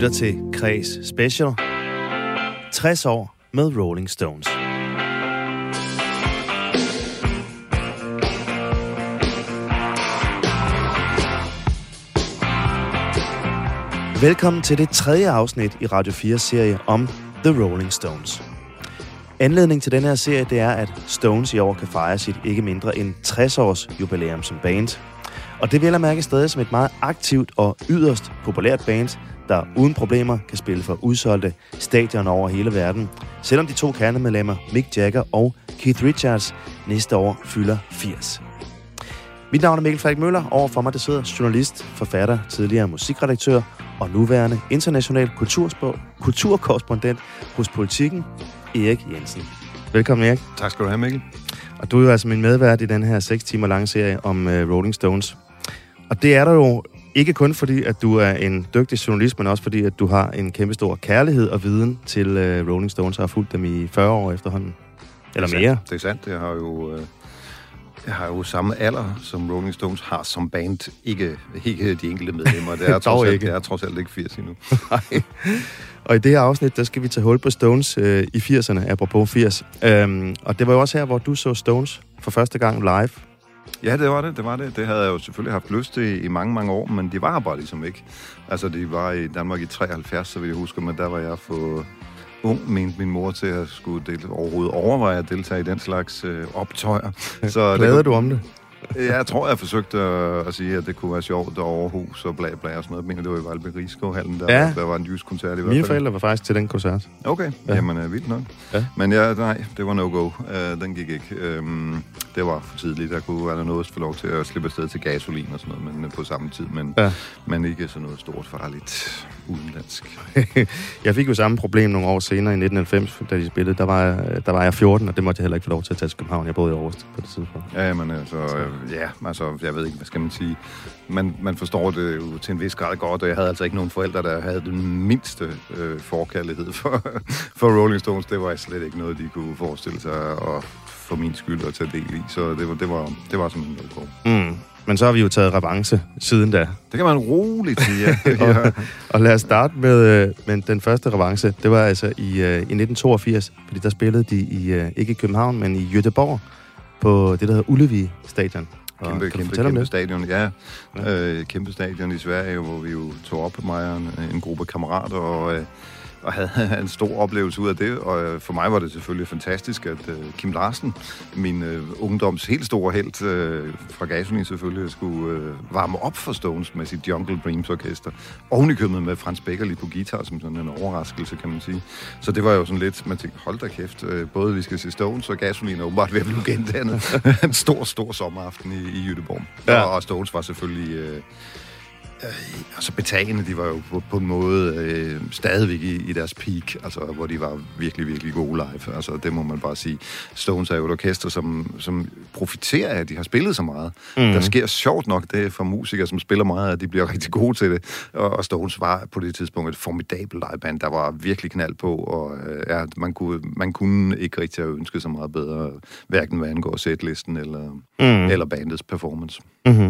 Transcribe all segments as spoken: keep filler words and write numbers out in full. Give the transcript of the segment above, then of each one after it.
lytter til Kreds Special. tres år med Rolling Stones. Velkommen til det tredje afsnit i Radio fires serie om The Rolling Stones. Anledningen til denne her serie, det er, at Stones i år kan fejre sit ikke mindre end tres års jubilæum som band. Og det vil jeg mærke stadig som et meget aktivt og yderst populært band, der uden problemer kan spille for udsolgte stadioner over hele verden, selvom de to kernemedlemmer Mick Jagger og Keith Richards næste år fylder firs. Mit navn er Mikkel Falk Møller. Overfor mig der sidder journalist, forfatter, tidligere musikredaktør og nuværende international kulturspor- kulturkorrespondent hos Politiken, Erik Jensen. Velkommen, Erik. Tak skal du have, Mikkel. Og du er jo altså min medvært i den her seks timer lange serie om uh, Rolling Stones. Og det er der jo ikke kun fordi, at du er en dygtig journalist, men også fordi, at du har en kæmpe stor kærlighed og viden til uh, Rolling Stones og har fulgt dem i fyrre år efterhånden. Eller det mere. Det er sandt. Jeg har jo... Øh... Jeg har jo samme alder, som Rolling Stones har som band. Ikke, ikke de enkelte medlemmer. Det er, trods alt, det er trods alt ikke firs endnu. Nej. Og i det her afsnit, der skal vi tage hul på Stones øh, i firserne, apropos firs. Øhm, og det var jo også her, hvor du så Stones for første gang live. Ja, det var det, det var det. Det havde jeg jo selvfølgelig haft lyst til i mange, mange år, men de var bare ligesom ikke. Altså, de var i Danmark i treoghalvfjerds, så vil jeg huske, men der var jeg for ung, mente min mor til at skulle del- overhovedet overveje at deltage i den slags øh, optøjer. Så Glæder du om det? Ja, jeg tror, jeg forsøgte at, at sige, at det kunne være sjovt over hus og bla bla og sådan noget. Jeg mener, det var i Valby Rigskovhallen, der, ja. der var en jysk koncert i hvert fald. Mine forældre var faktisk til den koncert. Okay, ja. Jamen uh, vildt nok. Ja. Men ja, nej, det var no-go. Uh, den gik ikke. Um, det var for tidligt. Der kunne være noget få lov til at slippe afsted til gasolin og sådan noget, men uh, på samme tid. Men, ja. men ikke sådan noget stort farligt udenlandsk. Jeg fik jo samme problem nogle år senere i nitten halvfems, da de spillede. Der var, der var jeg fjorten, og det måtte jeg heller ikke få lov til at tage til København. Jeg boede i Aarhus på det tidspunkt. Ja, men altså, øh, ja, altså, jeg ved ikke, hvad skal man sige. Man, man forstår det jo til en vis grad godt, og jeg havde altså ikke nogen forældre, der havde den mindste øh, forkærlighed for, for Rolling Stones. Det var slet ikke noget, de kunne forestille sig at for min skyld at tage del i. Så det var, det var, det var simpelthen noget på. Mm. Men så har vi jo taget revanche siden da. Det kan man roligt sige, ja. og, og lad os starte med, med den første revanche. Det var altså i, i nitten toogfirs, fordi der spillede de i, ikke i København, men i Göteborg på det, der hedder Ullevi Stadion. Kæmpe, kæmpe, kæmpe stadion, ja. ja. Øh, kæmpe stadion i Sverige, hvor vi jo tog op mig og en, en gruppe kammerater, og... Øh, og havde en stor oplevelse ud af det, og for mig var det selvfølgelig fantastisk, at uh, Kim Larsen, min uh, ungdoms helt store helt uh, fra Gasolin selvfølgelig, skulle uh, varme op for Stones med sit Jungle Dreams orkester. Ovenikøbet med Frans Beckerli på guitar, som sådan en overraskelse, kan man sige. Så det var jo sådan lidt, man tænkte, hold da kæft, uh, både vi skal se Stones og Gasolin er åbenbart ved at blive gendannet. En stor, stor sommeraften i, i Göteborg. Ja. Og, og Stones var selvfølgelig... Uh, Øh, altså betagende, de var jo på, på en måde øh, stadigvæk i, i deres peak, altså hvor de var virkelig, virkelig gode live. Altså det må man bare sige. Stones er jo et orkester, som, som profiterer af, at de har spillet så meget. Mm. Der sker sjovt nok det for musikere, som spiller meget, at de bliver rigtig gode til det. Og, og Stones var på det tidspunkt et formidabelt liveband, der var virkelig knald på, og øh, ja, man, kunne, man kunne ikke rigtig have ønsket så meget bedre, hverken hvad angår setlisten eller, mm. eller bandets performance. Mm-hmm.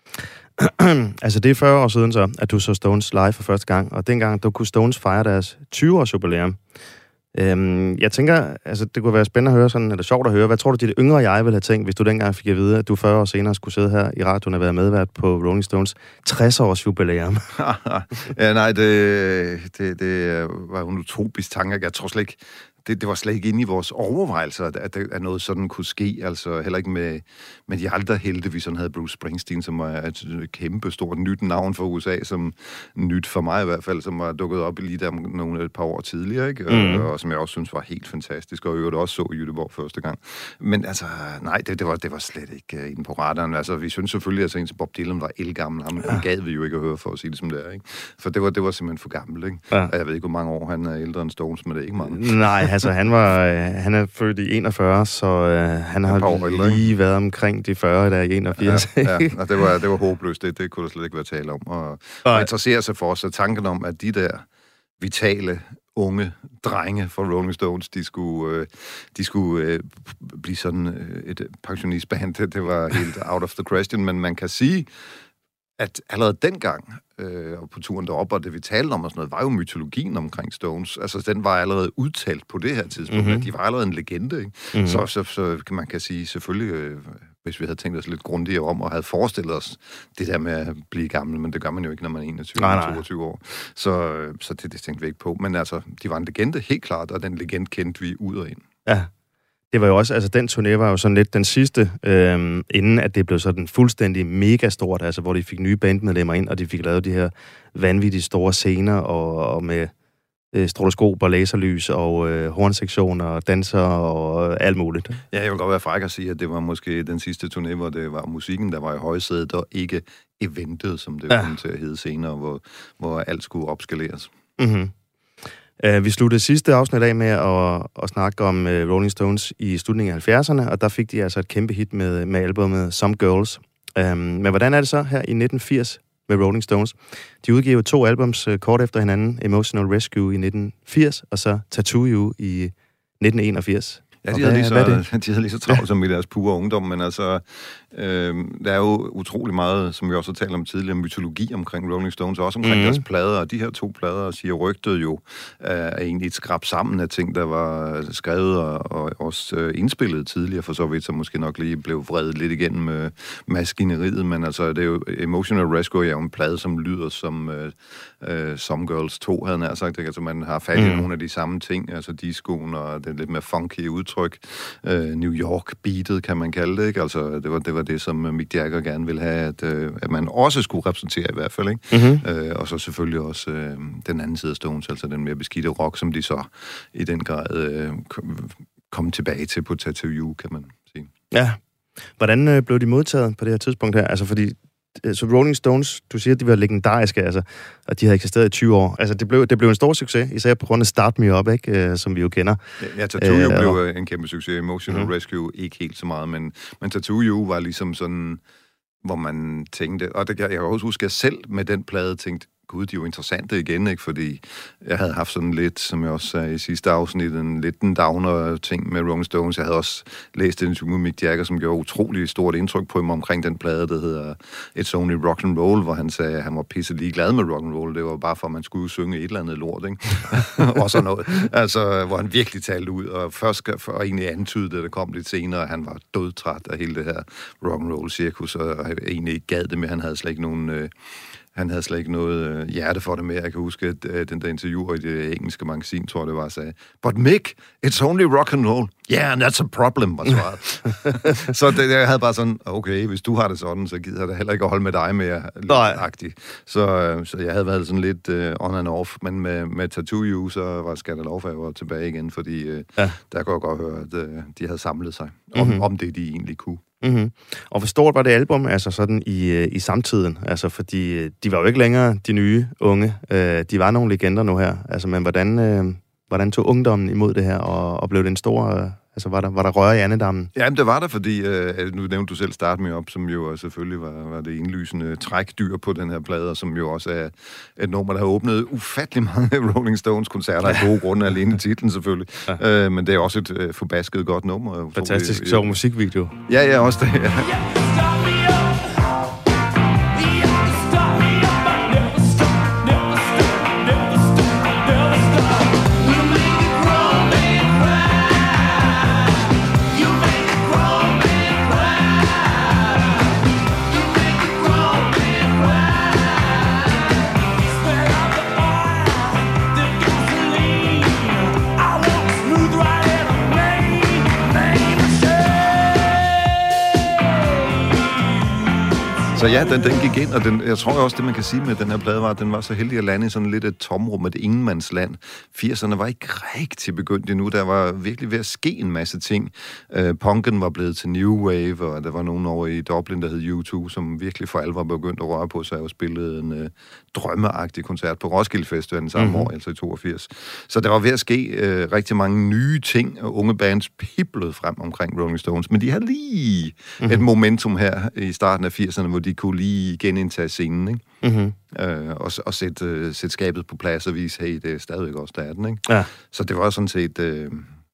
Altså, det er fyrre år siden så, at du så Stones live for første gang, og dengang, der kunne Stones fejre deres tyve-års jubilæum. Øhm, jeg tænker, altså, det kunne være spændende at høre sådan, eller sjovt at høre. Hvad tror du, dit yngre jeg ville have tænkt, hvis du dengang fik at vide, at du fyrre år senere skulle sidde her i radioen og være medvært på Rolling Stones tres-års jubilæum? Ja, nej, det, det, det var jo en utopisk tanke. Jeg tror slet ikke, Det, det var slet ikke inde i vores overvejelser, at, at, at noget sådan kunne ske. Altså heller ikke med, med de andre helte, vi sådan havde Bruce Springsteen, som var et kæmpe stort nyt navn for U S A, som nyt for mig i hvert fald, som var dukket op lige der nogle et par år tidligere, ikke? Mm. Og, og som jeg også synes var helt fantastisk, og øvrigt også så i Göteborg første gang. Men altså, nej, det, det, var, det var slet ikke uh, inde på radaren. Altså, vi synes selvfølgelig, at altså, Bob Dylan var elgammel. Ham ja. gad vi jo ikke at høre, for at sige det som det er, ikke? For det var, det var simpelthen for gammel, ikke? Ja. Jeg ved ikke, hvor mange år han er ældre end Stones, men det er ikke mange. Nej, altså han var, øh, han er født i enogfyrre, så øh, han har år, lige ikke? været omkring de fyrre, der er i enogfirs. Ja, ja. Og det var, det var håbløst, det, det kunne der slet ikke være tale om. Og, og interessere sig for os, at tanken om, at de der vitale, unge drenge fra Rolling Stones, de skulle, øh, de skulle øh, blive sådan øh, et pensionistband, det, det var helt out of the question, men man kan sige, at allerede dengang, øh, og på turen derop, og det vi talte om og sådan noget, var jo mytologien omkring Stones. Altså, den var allerede udtalt på det her tidspunkt, mm-hmm. at de var allerede en legende, ikke? Mm-hmm. Så, så, så kan man kan sige, selvfølgelig, øh, hvis vi havde tænkt os lidt grundigere om, og havde forestillet os det der med at blive gammel, men det gør man jo ikke, når man er enogtyve eller toogtyve år. Så, så det, det tænkte vi ikke på. Men altså, de var en legende, helt klart, og den legende kendte vi ud og ind. Ja. Det var jo også, altså den turné var jo sådan lidt den sidste, øhm, inden at det blev sådan fuldstændig mega stort, altså hvor de fik nye bandmedlemmer ind, og de fik lavet de her vanvittige store scener, og, og med øh, stroboskop og laserlys, og øh, hornsektioner, og danser, og øh, alt muligt. Ja, jeg vil godt være fræk at sige, at det var måske den sidste turné, hvor det var musikken, der var i højsædet, og ikke eventet, som det ja. kom til at hedde senere, hvor, hvor alt skulle opskaleres. Mhm. Uh, vi sluttede sidste afsnit af med at, at snakke om uh, Rolling Stones i slutningen af halvfjerdserne, og der fik de altså et kæmpe hit med, med albumet Some Girls. Um, men hvordan er det så her i nitten firs med Rolling Stones? De udgav to albums uh, kort efter hinanden, Emotional Rescue i nitten firs, og så Tattoo You i nitten enogfirs. Ja, de havde, lige så, de havde lige så travlt som i deres pure ungdom, men altså, øh, der er jo utrolig meget, som vi også har talt om tidligere, mytologi omkring Rolling Stones, og også omkring mm-hmm. deres plader, og de her to plader, siger rygtet jo, er egentlig et skrab sammen af ting, der var skrevet og, og også øh, indspillet tidligere, for så vidt, så måske nok lige blev vredet lidt igennem med maskineriet, men altså, det er jo, Emotional Rescue er jo en plade, som lyder som øh, øh, Some Girls to, havde nær sagt, ikke? Altså, man har fat i mm. nogle af de samme ting, altså discoen og det lidt mere funky udtryk, Uh, New York-beatet, kan man kalde det, ikke? Altså, det var, det var det, som Mick Jagger gerne ville have, at, uh, at man også skulle repræsentere i hvert fald, ikke? Mm-hmm. Uh, og så selvfølgelig også uh, den anden side af Stones, altså den mere beskidte rock, som de så i den grad uh, kom, kom tilbage til på Tattoo You, kan man sige. Ja. Hvordan uh, blev de modtaget på det her tidspunkt her? Altså, fordi så Rolling Stones, du siger, at de var legendariske, altså, og de havde eksisteret i tyve år. Altså, det blev, det blev en stor succes, især på grund af Start Me Up, ikke, øh, som vi jo kender. Ja, Tattoo You øh, blev og... en kæmpe succes. Emotional mm. Rescue ikke helt så meget, men, men Tattoo You var ligesom sådan, hvor man tænkte, og det, jeg kan også huske, at jeg selv med den plade tænkte, gud, de er jo interessante igen, ikke? Fordi jeg havde haft sådan lidt, som jeg også sagde i sidste afsnit, en lidt en downer ting med Rolling Stones. Jeg havde også læst en interview med Mick Jagger, som gjorde utrolig stort indtryk på mig omkring den plade, der hedder It's Only Rock and Roll, hvor han sagde, at han var pisse ligeglad med rock and roll. Det var bare for, at man skulle synge et eller andet lort, ikke? og sådan noget. Altså, hvor han virkelig talte ud, og først for egentlig antydede, at det kom lidt senere, at han var dødtræt af hele det her rock and roll cirkus, og egentlig ikke gad det med, han havde slet ikke nogen... Øh, Han havde slet ikke noget øh, hjerte for det mere. Jeg kan huske, at øh, den der interviewer i det engelske magasin, tror jeg det var, sagde, but Mick, it's only rock and roll. Yeah, and that's a problem, var svaret. så det, jeg havde bare sådan, okay, hvis du har det sådan, så gider jeg da heller ikke at holde med dig mere. Agtigt. Så, øh, så jeg havde været sådan lidt øh, on and off, men med, med Tattoo You, så var Skandalov, jeg var tilbage igen, fordi øh, ja. der kunne jeg godt høre, at øh, de havde samlet sig om, mm-hmm. om det, de egentlig kunne. Mm-hmm. Og hvor stort var det album, altså sådan i, i samtiden? Altså, fordi de var jo ikke længere de nye unge. Øh, de var nogle legender nu her. Altså, men hvordan, øh, hvordan tog ungdommen imod det her, og, og blev det en stor... Øh, altså, var der, var der røre i andedammen? Jamen, det var der, fordi... Øh, nu nævnte du selv Start Me Up, som jo selvfølgelig var, var det indlysende trækdyr på den her plade, og som jo også er et nummer, der har åbnet ufattelig mange Rolling Stones-koncerter af gode grunde, alene titlen selvfølgelig. Ja. Øh, men det er også et øh, forbasket godt nummer. Fantastisk sjov musikvideo. Ja, ja, også det. Ja. Så ja, den, den gik ind, og den, jeg tror også, det man kan sige med den her plade var, at den var så heldig at lande i sådan lidt et tomrum, et ingenmandsland. firserne var ikke rigtig begyndt endnu. Der var virkelig ved at ske en masse ting. Uh, punken var blevet til New Wave, og der var nogen over i Dublin, der hed U to, som virkelig for alvor begyndt at røre på sig og spillede en uh, drømmeagtig koncert på Roskilde Festival samme mm-hmm. år, altså i toogfirs. Så der var ved at ske uh, rigtig mange nye ting, og unge bands piblede frem omkring Rolling Stones, men de har lige mm-hmm. et momentum her i starten af firserne, hvor de kunne lige genindtage scenen, ikke? Mm-hmm. Øh, og, og sætte, øh, sætte skabet på plads og vise, hey, det er stadigvæk også der er den, ikke? Ja. Så det var sådan set... Øh,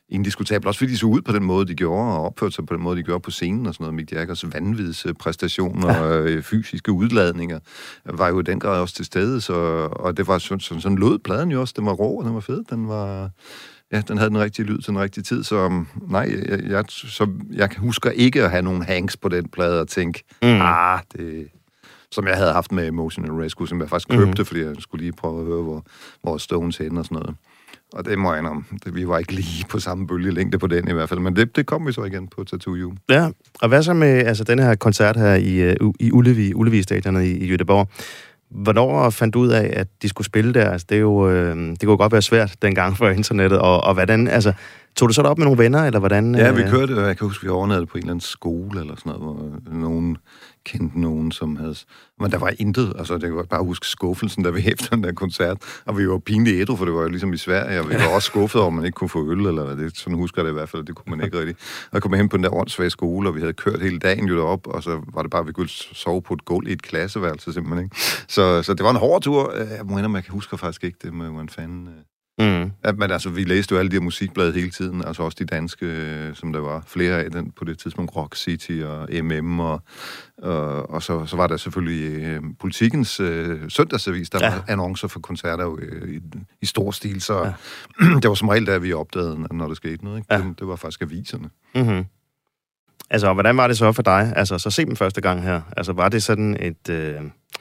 indiskutabelt. Også fordi de så ud på den måde, de gjorde, og opførte sig på den måde, de gjorde på scenen og sådan noget. Mick Jaggers vanvidspræstationer ja. og øh, fysiske udladninger var jo i den grad også til stede, så, og det var sådan, sådan, sådan lød pladen jo også. Den var rå, og den var fed. Den var... Ja, den havde den rigtige lyd til den rigtige tid, så nej, jeg, jeg, så, jeg husker ikke at have nogen hanks på den plade og tænke, mm. ah, det... Som jeg havde haft med Emotional Rescue, som jeg faktisk købte, mm. fordi jeg skulle lige prøve at høre, hvor, hvor Stones henne og sådan noget. Og det må jeg indrømme. Vi var ikke lige på samme bølgelængde på den i hvert fald, men det, det kom vi så igen på Tattoo You. Ja, og hvad så med altså, den her koncert her i, uh, i Ullevi, Ullevi-stadionet i, i Göteborg? Hvornår fandt du ud af, at de skulle spille der? Altså, det, er jo, øh, det kunne godt være svært dengang for internettet, og, og hvordan, altså, tog du så op med nogle venner, eller hvordan? Ja, vi kørte, og jeg kan huske, vi overnattede på en eller anden skole, eller sådan noget, hvor nogen kendte nogen, som havde... Men der var intet, altså, det var bare huske skuffelsen, der vi efter den der koncert, og vi var pinligt ædru, for det var jo ligesom i Sverige, og vi var også skuffet over, at man ikke kunne få øl, eller hvad det, sådan husker jeg det i hvert fald, det kunne man ikke rigtig. Og jeg kom hen på den der åndssvage skole, og vi havde kørt hele dagen jo derop, og så var det bare, at vi kunne sove på et gulv i et klasseværelse, simpelthen, ikke? Så, så det var en hård tur. Jeg må indrømme, jeg kan huske faktisk ikke det med, hvordan fanden... Mm. Ja, men altså, vi læste jo alle de her musikblade hele tiden, altså også de danske, som der var flere af den på det tidspunkt, Rock City og M M, og, og, og så, så var der selvfølgelig øh, Politikens øh, søndagsavis, der ja. var annoncer for koncerter jo, øh, i, i stor stil, så ja. det var som regel der, vi opdagede, når der skete noget, ikke? Ja. Det, det var faktisk aviserne. Mm-hmm. Altså, hvordan var det så for dig? Altså, så se dem første gang her. Altså, var det sådan et... Øh...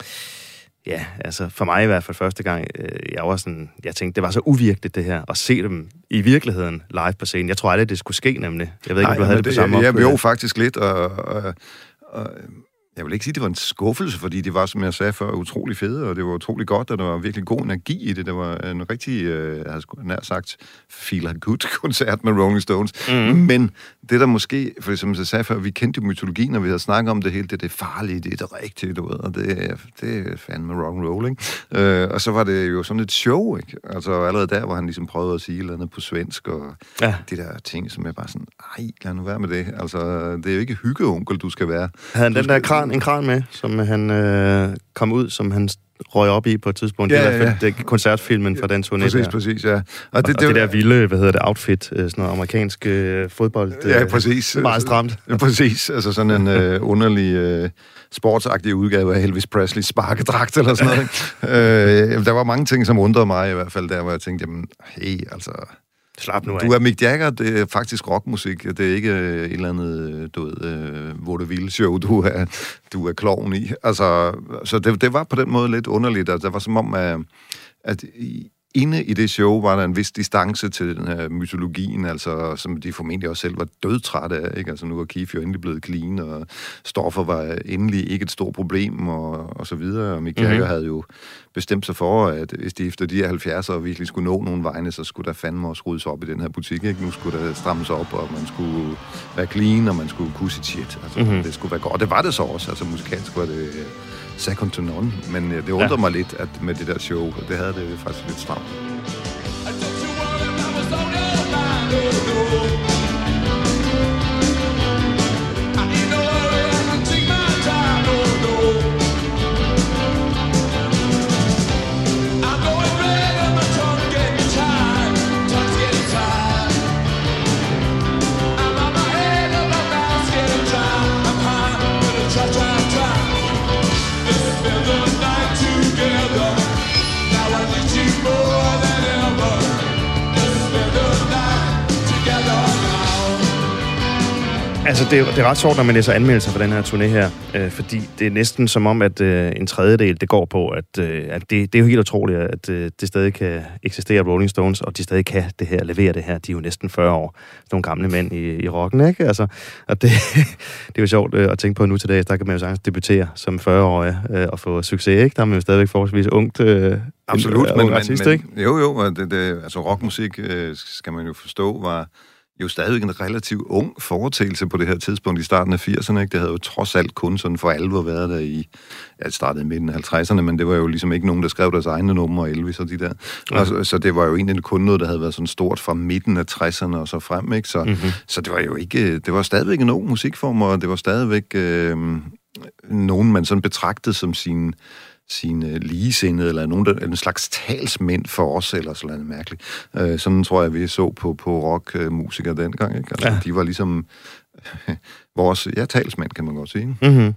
Ja, altså for mig i hvert fald første gang, øh, jeg var sådan, jeg tænkte, det var så uvirkeligt det her, at se dem i virkeligheden live på scenen. Jeg tror aldrig, det skulle ske nemlig. Jeg ved ikke, Nej, om du havde det, det på samme måde. Ja, jo, faktisk lidt, og, og, og jeg vil ikke sige, at det var en skuffelse, fordi det var, som jeg sagde før, utrolig fede, og det var utrolig godt, og der var virkelig god energi i det. Det var en rigtig, øh, jeg havde nær sagt, feel-good-koncert med Rolling Stones. Mm-hmm. Men det der måske, for som jeg sagde før, vi kendte jo mytologien, og vi havde snakket om det hele, det er det farlige, det er det rigtige, du ved, og det, det er fandme rock and roll, ikke? Øh, og så var det jo sådan et show, ikke? Altså allerede der, hvor han ligesom prøvede at sige noget på svensk, og ja. de der ting, som jeg bare sådan, ej, lad nu være med det. Altså, det er jo ikke hyggeonkel, du skal være. Havde han du den skal... der kran, en kran med, som han øh, kom ud, som han røg op i på et tidspunkt. Ja, det er i hvert fald ja. koncertfilmen fra den turné. Præcis, der. præcis, ja. Og, og, det, og det, det der vilde, hvad hedder det, outfit, sådan noget amerikansk øh, fodbold. Ja, præcis. Øh, meget stramt. Ja, præcis. Altså sådan en øh, underlig øh, sportsagtig udgave af Elvis Presleys sparkedragt eller sådan noget. øh, der var mange ting, som undrede mig i hvert fald der, hvor jeg tænkte, jamen, hey, altså... Slap nu af. Du er Mick Jagger, det er faktisk rockmusik. Det er ikke øh, et eller andet, du ved, øh, hvor det vilde show, du er, du er klovn i. Altså, så det, det var på den måde lidt underligt. Altså, det var som om, at, at inde i det show var der en vis distance til den her mytologien, altså, som de formentlig også selv var dødtrætte af, ikke? Altså, nu var Keith jo endelig blevet clean, og stoffer var endelig ikke et stort problem, og, og så videre. Og Mick Jagger mm-hmm. havde jo bestemt sig for, at hvis de efter de her halvfjerdser virkelig skulle nå nogle vegne, så skulle der fandme også ryddes op i den her butik, ikke? Nu skulle der strammes op, og man skulle være clean, og man skulle kunne sit shit. Altså, mm-hmm. det skulle være godt. Og det var det så også. Altså, musikalsk var det second to none. Men det undrer ja. mig lidt, at med det der show, det havde det faktisk lidt stramt. Altså, det er, det er ret sjovt, når man læser anmeldelser for den her turné her, øh, fordi det er næsten som om, at øh, en tredjedel, det går på, at, øh, at det, det er jo helt utroligt, at øh, det stadig kan eksistere Rolling Stones, og de stadig kan det her, levere det her. De er jo næsten fyrre år, nogle gamle mænd i, i rocken, ikke? Altså, og det, det er jo sjovt øh, at tænke på nu til dags, der kan man jo sagtens debutere som fyrre-årig øh, og få succes, ikke? Der er man jo stadigvæk forholdsvis ungt. Øh, Absolut, en, men, artist, men, ikke? jo jo, det, det, altså rockmusik, øh, skal man jo forstå, var jo stadig en relativt ung foretagelse på det her tidspunkt i starten af firserne, ikke? Det havde jo trods alt kun sådan for alvor været der i, ja, startede i midten af halvtredserne, men det var jo ligesom ikke nogen, der skrev deres egne numre, Elvis og de der. Ja. Og så, så det var jo egentlig kun noget, der havde været sådan stort fra midten af tresserne og så frem, ikke? Så, mm-hmm. så det var jo ikke, det var stadigvæk en ung musikform, og det var stadigvæk øh, nogen, man sådan betragtede som sin sine ligesindede, eller nogen, der, en slags talsmænd for os, eller sådan noget mærkeligt. Øh, sådan tror jeg, vi så på, på rockmusikere dengang, ikke? Altså, ja. De var ligesom øh, vores, ja, talsmænd, kan man godt sige. Mm-hmm.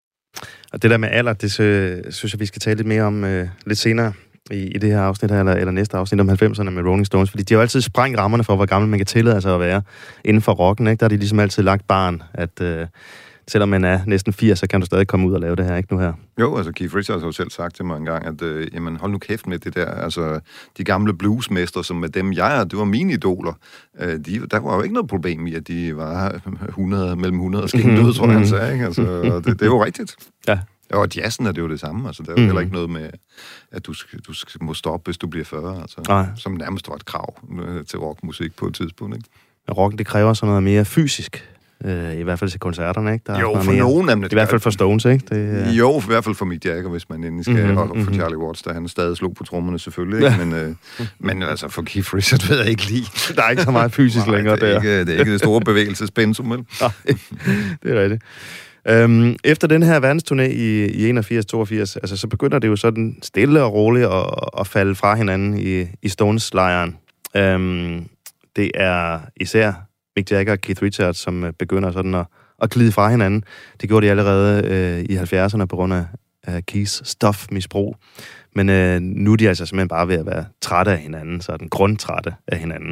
Og det der med alder, det synes jeg, vi skal tale lidt mere om øh, lidt senere i, i det her afsnit her, eller, eller næste afsnit om halvfemserne med Rolling Stones, fordi de har jo altid sprængt rammerne for, hvor gammel man kan tillade sig at være inden for rocken, ikke? Der har de ligesom altid lagt barn, at øh, selvom man er næsten firs, så kan du stadig komme ud og lave det her, ikke nu her? Jo, altså Keith Richards har jo selv sagt til mig en gang, at øh, jamen, hold nu kæft med det der, altså de gamle bluesmestre, som med dem jeg er, det var mine idoler, øh, de, der var jo ikke noget problem i, at de var hundrede, mellem hundrede og skændt ud, tror jeg, han sagde, ikke? Altså, det, det er jo rigtigt. Ja. Og jazzen er det jo det samme, altså der er jo mm. heller ikke noget med, at du, skal, du skal, må stoppe, hvis du bliver fyrre, altså, som nærmest var et krav øh, til rockmusik på et tidspunkt, ikke? Ja, rocken, det kræver sådan noget mere fysisk. Øh, I hvert fald til koncerterne, ikke? Der jo, er for mere, nogen af dem. I hvert fald for Stones, ikke? Det, uh... Jo, for i hvert fald for Mick Jagger, hvis man endelig skal, mm-hmm, og for mm-hmm. Charlie Watts, der han stadig slog på trommerne selvfølgelig, ikke? Ja. Men, øh, men altså for Keith Richards ved jeg ikke lige. Der er ikke så meget fysisk længere det er der. Ikke, det er ikke det store bevægelsespensum, vel? Nej, det er rigtigt. Øhm, efter den her verdensturné i, i enogfirs toogfirs, altså, så begynder det jo sådan stille og roligt at, at falde fra hinanden i, i Stones-lejren. Øhm, det er især Mick Jagger og Keith Richards, som begynder sådan at, at glide fra hinanden. Det gjorde de allerede øh, i halvfjerdserne på grund af, af Keiths stofmisbrug. Men øh, nu er de altså simpelthen bare ved at være trætte af hinanden, sådan grundtrætte af hinanden.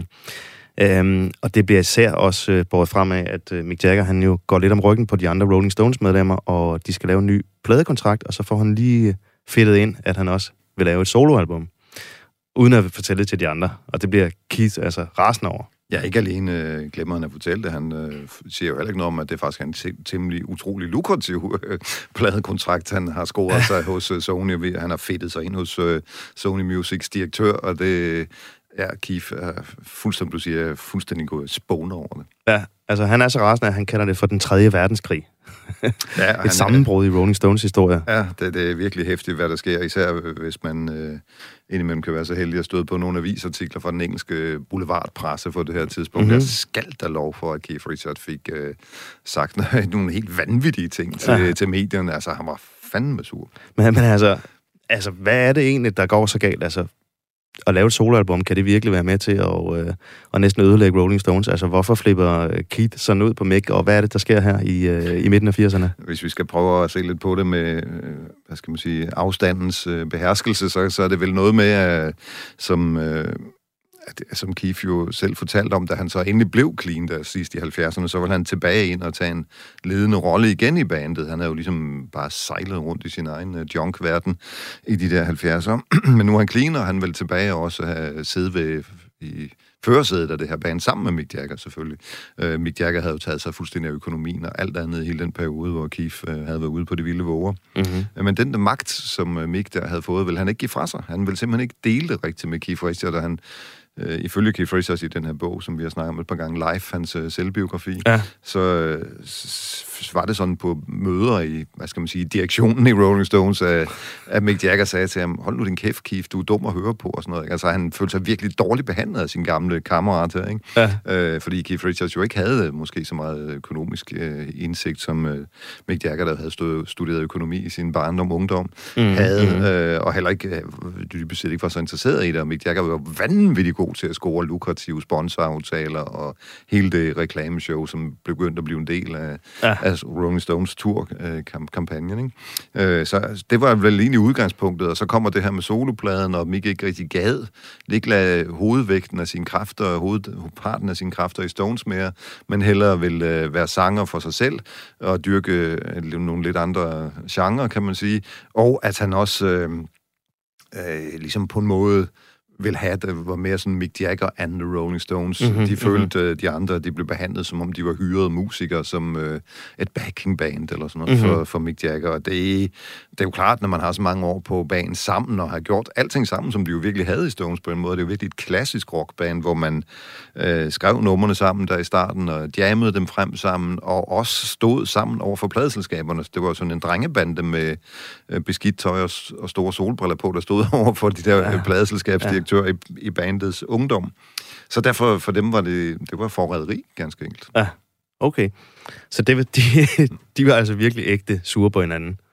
Øhm, og det bliver især også øh, båret frem af, at øh, Mick Jagger, han jo går lidt om ryggen på de andre Rolling Stones-medlemmer, og de skal lave en ny pladekontrakt, og så får han lige fedtet ind, at han også vil lave et soloalbum, uden at fortælle det til de andre. Og det bliver Keith altså rasende over. Ja, ikke alene øh, glemmer han at fortælle det. Han øh, siger jo heller ikke noget om, at det faktisk er en t- temmelig utrolig lukrativ øh, pladekontrakt, han har scoret sig hos øh, Sony. Han har fedtet sig ind hos øh, Sony Musics direktør, og det... Ja, Keith er fuldstændig, du siger, fuldstændig gået spåne over det. Ja, altså han er så rasende, at han kalder det for den tredje verdenskrig. Ja, et sammenbrud i Rolling Stones historie. Ja, det, det er virkelig hæftigt, hvad der sker, især hvis man øh, indimellem kan være så heldig at støde på nogle avisartikler fra den engelske boulevardpresse på det her tidspunkt. Mm-hmm. Der skal der lov for, at Keith Richards fik øh, sagt nogle helt vanvittige ting til, ja. til medierne. Altså, han var fandme sur. Men, men altså, altså, hvad er det egentlig, der går så galt? Altså, at lave et soloalbum, kan det virkelig være med til at, øh, at næsten ødelægge Rolling Stones? Altså, hvorfor flipper Keith sådan ud på Mick, og hvad er det, der sker her i, øh, i midten af firserne? Hvis vi skal prøve at se lidt på det med, øh, hvad skal man sige, afstandens øh, beherskelse, så, så er det vel noget med, øh, som... Øh, som Keith jo selv fortalte om, da han så endelig blev clean der sidst i halvfjerdserne, så ville han tilbage ind og tage en ledende rolle igen i bandet. Han havde jo ligesom bare sejlet rundt i sin egen uh, junk-verden i de der halvfjerdser. Men nu er han clean, og han vil tilbage og også have siddet ved i førersædet af det her band, sammen med Mick Jagger selvfølgelig. Uh, Mick Jagger havde jo taget sig fuldstændig af økonomien og alt andet i hele den periode, hvor Keith uh, havde været ude på de vilde våger. Mm-hmm. Uh, men den der magt, som uh, Mick der havde fået, ville han ikke give fra sig. Han ville simpelthen ikke dele det rigtigt med Keith Richards, og han Uh, ifølge Keith Richards i den her bog, som vi har snakket om et par gange live, hans uh, selvbiografi, ja. så uh, s- var det sådan på møder i, hvad skal man sige, direktionen i Rolling Stones, uh, at Mick Jagger sagde til ham, hold nu din kæft, Keith, du er dum at høre på, og sådan noget. Altså, han følte sig virkelig dårligt behandlet af sin gamle kammerat her, ikke? Ja. Uh, fordi Keith Richards jo ikke havde uh, måske så meget økonomisk uh, indsigt, som uh, Mick Jagger, der havde stået, studeret økonomi i sin barndom og ungdom, mm, havde, uh, og heller ikke, uh, dybest set ikke var så interesseret i det, og Mick Jagger var vanvittigt god til at score lukrative sponsoraftaler og hele det reklameshow, som begyndte at blive en del af, ja. af Rolling Stones tour-kampagnen. Ikke? Øh, så det var vel egentlig udgangspunktet, og så kommer det her med solopladen, og Mick ikke rigtig gad, ikke lade hovedvægten af sine kræfter, hovedparten af sine kræfter i Stones mere, men hellere vil øh, være sanger for sig selv, og dyrke øh, nogle lidt andre genrer, kan man sige, og at han også øh, øh, ligesom på en måde vil have, det var mere sådan Mick Jagger and the Rolling Stones. Mm-hmm, de følte, mm-hmm. de andre, de blev behandlet, som om de var hyrede musikere, som øh, et backing band eller sådan noget mm-hmm. for, for Mick Jagger. Og det, det er jo klart, når man har så mange år på banen sammen, og har gjort alting sammen, som de jo virkelig havde i Stones på en måde. Det er jo virkelig et klassisk rockband, hvor man øh, skrev numrene sammen der i starten, og jammede dem frem sammen, og også stod sammen over for pladeselskaberne. Det var sådan en drengebande med øh, beskidt tøj og, og store solbriller på, der stod over for de der ja. pladeselskabsdirektører ja. I, i bandets ungdom. Så derfor for dem var det, det var forræderi, ganske enkelt. Ja, okay. Så det, de, de var altså virkelig ægte sure på hinanden.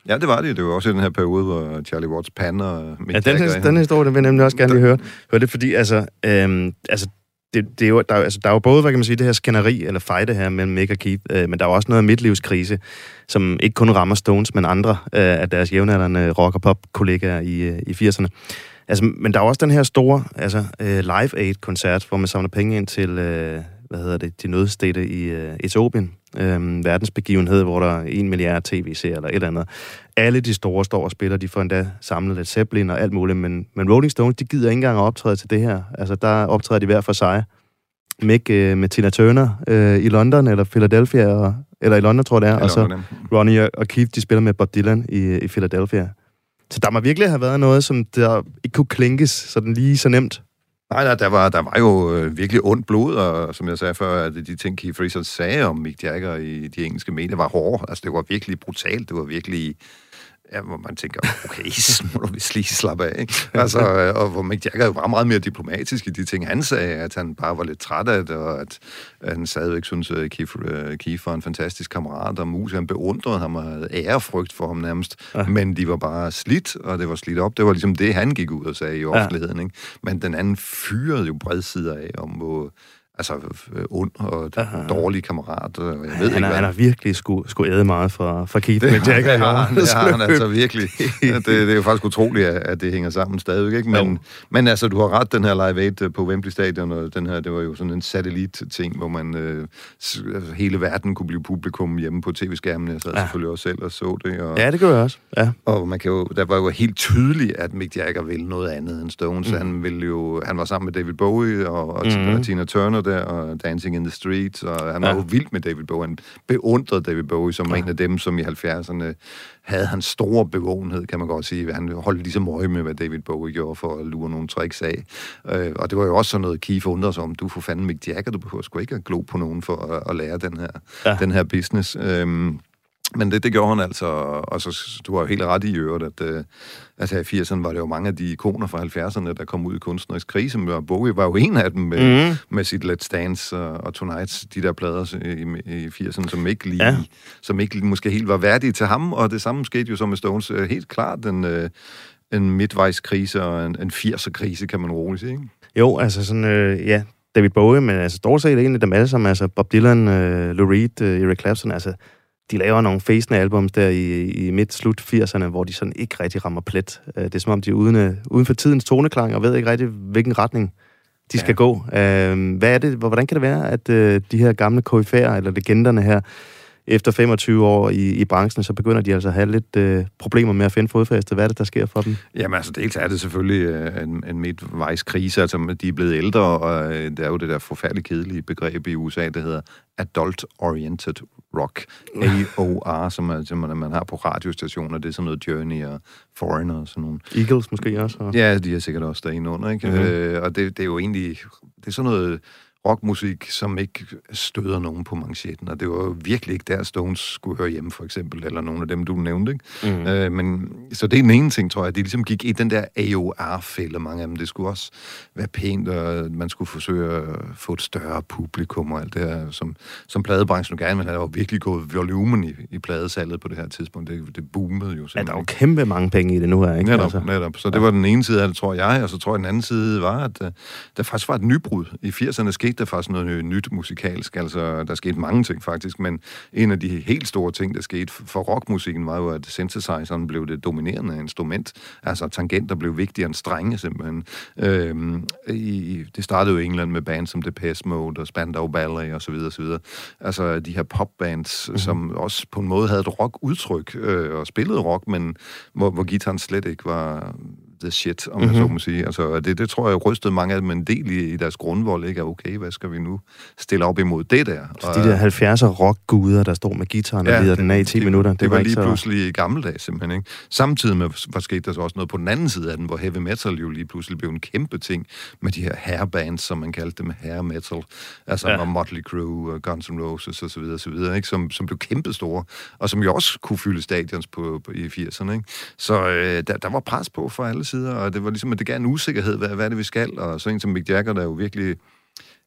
Ja, det var det. Det var også i den her periode, hvor Charlie Watts pander og Mick ja, Jagger... den, den historie, den vil jeg nemlig også gerne lige høre. Hør det, fordi altså... Øhm, altså Det, det er jo, der, altså, der er jo både, hvad kan man sige, det her skænderi, eller fejde her mellem Mick og Keith, øh, men der er jo også noget midtlivskrise, som ikke kun rammer Stones, men andre øh, af deres jævnaldrende rock- og pop-kollegaer i, øh, i firserne. Altså, men der er også den her store altså, øh, Live Aid-koncert, hvor man samler penge ind til, øh, hvad hedder det, de nødstedte i øh, Etiopien. Øh, verdensbegivenhed, hvor der er en milliard tv-serier eller et eller andet. Alle de store står og spiller, de får endda samlet Led Zeppelin og alt muligt, men, men Rolling Stones, de gider ikke engang at optræde til det her. Altså, der optræder de hver for sig. Mick øh, med Tina Turner øh, i London, eller Philadelphia, og, eller i London, tror jeg det er, og så Ronnie og Keith, de spiller med Bob Dylan i, i Philadelphia. Så der må virkelig have været noget, som der ikke kunne klinkes sådan lige så nemt. Nej, nej, der var, der var jo øh, virkelig ondt blod, og som jeg sagde før, at de ting, Keith Richards sagde om Mick Jagger i de engelske medier, var hårde. Altså, det var virkelig brutalt. Det var virkelig... Ja, hvor man tænker, okay, så må du vist lige slappe af, ikke? Altså, og hvor Mick Jagger jo var meget mere diplomatisk i de ting, han sagde, at han bare var lidt træt af det, og at, at han stadigvæk synes, at Keith, uh, Keith var en fantastisk kammerat, og mus, han beundrede ham og havde ærefrygt for ham nærmest, ja. Men de var bare slidt, og det var slidt op. Det var ligesom det, han gik ud og sagde i offentligheden, ikke? Men den anden fyrede jo bredsider af, om hvor... Altså, ond og Aha. dårlig kammerat. Jeg ved han, ikke, er, han har virkelig skulle, skulle æde meget fra, fra Keith. Det, det, det har han, det har han altså virkelig. Det, det er jo faktisk utroligt, at det hænger sammen stadigvæk. Ikke? Men, men altså, du har ret, den her Live Aid på Wembley Stadion, og den her, det var jo sådan en satellit-ting, hvor man øh, altså, hele verden kunne blive publikum hjemme på tv-skærmen. Jeg sad ja. selvfølgelig også selv og så det. Og, ja, det gør jeg også. Ja. Og man kan jo, der var jo helt tydeligt, at Mick Jagger ville noget andet end Stones. Mm. Han ville jo, han var sammen med David Bowie og, og mm. Tina Turner der, og Dancing in the Streets, og han var ja. jo vild med David Bowie. Han beundrede David Bowie som ja. en af dem, som i halvfjerdserne havde hans store bevågenhed, kan man godt sige. Han holdt ligesom øje med, hvad David Bowie gjorde for at lure nogle tricks af. Øh, og det var jo også sådan noget, Keith undrede sig om. Du får fanden Mick Jagger, du behøver sgu ikke at glo på nogen for at, at lære den her, ja. den her business. Øhm, Men det, det gjorde han altså, og så du har jo helt ret i øvrigt, at øh, altså i firserne var det jo mange af de ikoner fra halvfjerdserne, der kom ud i kunstnerisk krise, og Bowie var jo en af dem med, mm. med sit Let's Dance og, og Tonight, de der plader i, i firserne, som ikke lige, ja. som ikke måske helt var værdige til ham, og det samme skete jo så med Stones. Helt klart en, øh, en midtvejskrise og en, en firser-krise, kan man roligt sige, ikke? Jo, altså sådan, øh, ja, David Bowie, men altså stort set en af dem alle sammen, altså Bob Dylan, øh, Lou Reed, øh, Eric Clapton, altså de laver nogle fæsende albums der i, i midt-slut firserne, hvor de sådan ikke rigtig rammer plet. Det er som om, de er uden, uden for tidens toneklang, og ved ikke rigtig, hvilken retning de skal ja. gå. Hvad er det, hvordan kan det være, at de her gamle koryfærer, eller legenderne her, efter femogtyve år i, i branchen, så begynder de altså at have lidt øh, problemer med at finde fodfæste. Hvad er det, der sker for dem? Jamen altså, dels er det selvfølgelig øh, en, en midtvejskrise. Altså, de er blevet ældre, og øh, der er jo det der forfærdeligt kedelige begreb i U S A, der hedder Adult-Oriented Rock. A O R, som, er, som man har på radiostationer. Det er sådan noget Journey og Foreigner og sådan nogle. Eagles måske også? Og... Ja, de er sikkert også derinde under, ikke? Mm-hmm. Øh, og det, det er jo egentlig... Det er sådan noget... rockmusik, som ikke støder nogen på manchetten, og det var jo virkelig ikke der, Stones skulle høre hjemme, for eksempel, eller nogle af dem, du nævnte, ikke? Mm. Øh, men, så det er den ene ting, tror jeg, de ligesom gik i den der A O R-fælde, mange af dem. Det skulle også være pænt, og man skulle forsøge at få et større publikum, og alt det her, som, som pladebranchen gerne, men der var virkelig gået volumen i, i pladesalget på det her tidspunkt. Det, det boomede jo simpelthen. Ja, der er jo kæmpe mange penge i det nu her, ikke? Netop, altså. netop. Så det var den ene side af det, tror jeg, og så tror jeg, den anden side var, at uh, der faktisk var et nybrud. I firserne skete der faktisk noget nyt musikalsk, altså der skete mange ting faktisk, men en af de helt store ting, der skete for rockmusikken, var jo, at synthesizeren blev det dominerende instrument, altså tangenter blev vigtigere end strenge, simpelthen. Øhm, i, det startede jo i England med bands som Depeche Mode og Spandau Ballet og så videre, og så videre. Altså de her popbands, mm-hmm. som også på en måde havde et rock-udtryk øh, og spillede rock, men hvor, hvor guitaren slet ikke var the shit, om mm-hmm. man så må sige. Altså, det, det tror jeg rystede mange af dem en del i, i deres grundvold, ikke? Okay, hvad skal vi nu stille op imod det der? Så og, de der halvfjerdser rockguder, der står med gitaren og ja, lider den af i ti det, minutter. Det, det var, var lige så... pludselig i gammeldags, simpelthen, ikke? Samtidig med, hvor skete der så også noget på den anden side af den, hvor heavy metal jo lige pludselig blev en kæmpe ting med de her hairbands, som man kaldte dem, hair metal. Altså, ja. Motley Crue, Guns N' Roses og så videre, så videre, ikke? Som, som blev kæmpe store, og som jo også kunne fylde stadions på, på, i firserne, ikke? Så øh, der, der var pres på fra alle sider, og det var ligesom, at det gav en usikkerhed, hvad, hvad er det, vi skal, og så en som Mick Jagger, der jo virkelig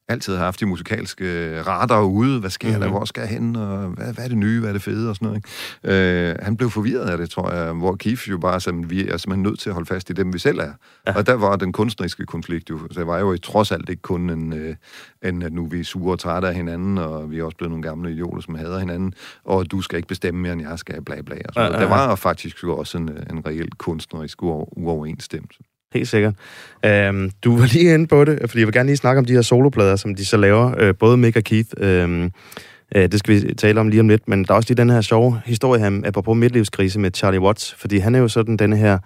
altid haft de musikalske radar ude. Hvad sker mm-hmm. der? Hvor skal jeg hen? Og hvad, hvad er det nye? Hvad er det fede? Og sådan noget, ikke? Øh, han blev forvirret af det, tror jeg. Hvor Keith jo bare sagde, vi er simpelthen nødt til at holde fast i dem, vi selv er. Ja. Og der var den kunstneriske konflikt jo. Så det var jo trods alt ikke kun en, øh, en at nu vi er sure og trætte af hinanden, og vi er også blevet nogle gamle idioter, som hader hinanden, og du skal ikke bestemme mere, end jeg skal, bla bla. Og sådan ja, ja, ja. Der var faktisk jo også en, en reel kunstnerisk uoverensstemmelse. Helt sikkert. Øhm, du var lige inde på det, fordi jeg vil gerne lige snakke om de her soloplader, som de så laver, øh, både Mick og Keith. Øhm, øh, det skal vi tale om lige om lidt, men der er også lige den her sjove historie her, apropos midtlivskrise med Charlie Watts, fordi han er jo sådan denne her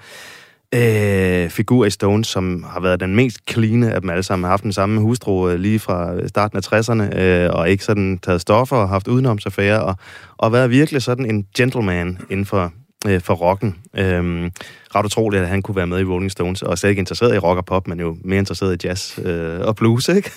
øh, figur i Stones, som har været den mest clean af dem alle sammen, har haft den samme hustru øh, lige fra starten af tresserne, øh, og ikke sådan taget stoffer og haft udenomsaffærer, og, og været virkelig sådan en gentleman inden for øh, for rocken. Øhm, ret utroligt, at han kunne være med i Rolling Stones, og slet ikke interesseret i rock og pop, men jo mere interesseret i jazz øh, og blues, ikke?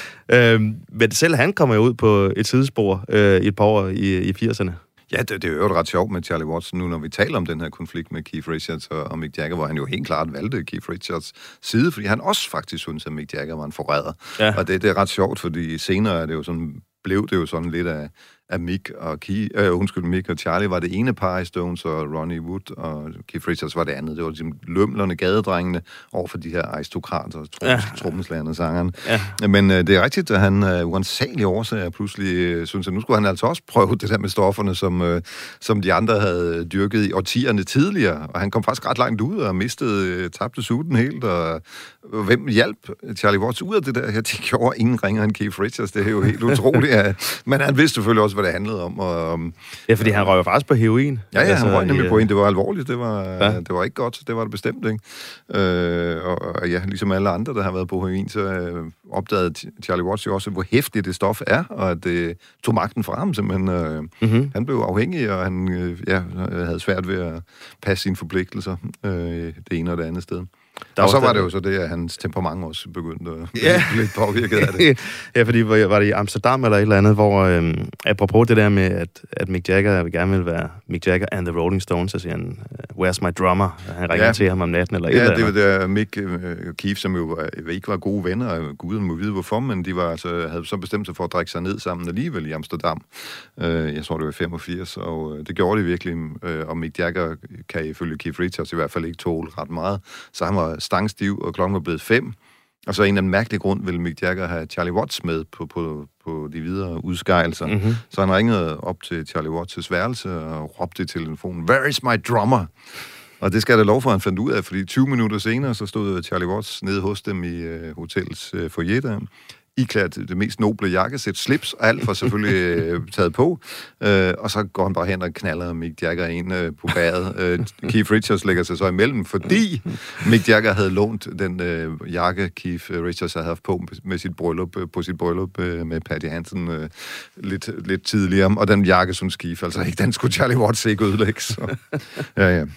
øhm, men selv han kommer jo ud på et sidespor øh, i et par år i, i firserne. Ja, det, det er jo ret sjovt med Charlie Watts nu, når vi taler om den her konflikt med Keith Richards og, og Mick Jagger, hvor han jo helt klart valgte Keith Richards side, fordi han også faktisk synes, at Mick Jagger var en forræder. Ja. Og det, det er ret sjovt, fordi senere er det jo sådan, blev det jo sådan lidt af, af Mick og Keith, øh, undskyld, Mick og Charlie var det ene par i Stones, og Ronnie Wood og Keith Richards var det andet. Det var ligesom lømlerne, gadedrengene over for de her aristokrater, ja. trommeslagerne, sangerne. Ja. Men øh, det er rigtigt, at han øh, uansagelige årsager pludselig øh, synes, at nu skulle han altså også prøve det der med stofferne, som, øh, som de andre havde dyrket i årtierne tidligere. Og han kom faktisk ret langt ud og mistede, øh, tabte suten helt. Og øh, hvem hjalp Charlie Watts ud af det der? Ja, de gjorde ingen ringer end Keith Richards. Det er jo helt utroligt. Ja. Men han vidste selvfølgelig også, hvad det handlede om. Og, um, ja, fordi han røg jo faktisk på heroin. Ja, ja, han røg nemlig på en. Det var alvorligt. Det var, ja. det var ikke godt. Det var det bestemt, ikke? Øh, og, og ja, ligesom alle andre, der har været på heroin, så øh, opdagede Charlie Watts jo også, hvor hæftigt det stof er, og at det tog magten fra ham, simpelthen. Øh, mm-hmm. Han blev afhængig, og han øh, ja, havde svært ved at passe sine forpligtelser øh, det ene og det andet sted. Der og så var det jo så det, at hans temperament også begyndte at ja. blive lidt påvirket af det. Ja, fordi var det i Amsterdam eller et eller andet, hvor øhm, apropos det der med, at, at Mick Jagger gerne vil være Mick Jagger and the Rolling Stones, så siger han, where's my drummer? Han ringer ja. til ham om natten eller et ja, eller andet. Ja, det var der Mick og Keith, som jo ikke var gode venner, og guden må vide hvorfor, men de var, altså, havde så bestemt sig for at drikke sig ned sammen alligevel i Amsterdam. Jeg tror, det var femogfirs, og det gjorde de virkelig. Og Mick Jagger kan ifølge Keith Richards i hvert fald ikke tåle ret meget, så han var stangstiv, og klokken var blevet fem. Og så en af den mærkelige grund ville Mick Jagger have Charlie Watts med på, på, på de videre udskejelser. Mm-hmm. Så han ringede op til Charlie Watts' værelse og råbte i telefonen, "Where is my drummer?" Og det skal der lov for, han fandt ud af, fordi tyve minutter senere, så stod Charlie Watts nede hos dem i uh, hotellets uh, foyer der, iklædt det mest noble jakkesæt, slips, og alt var selvfølgelig øh, taget på. Øh, og så går han bare hen og knaller Mick Jagger ind øh, på bæret. Øh, Keith Richards lægger sig så imellem, fordi Mick Jagger havde lånt den øh, jakke, Keith Richards havde haft på med sit bryllup, på sit bryllup øh, med Patty Hansen øh, lidt, lidt tidligere. Og den jakke, som Keith, altså ikke, den skulle Charlie Watts ikke ødelægge. Så, ja, ja.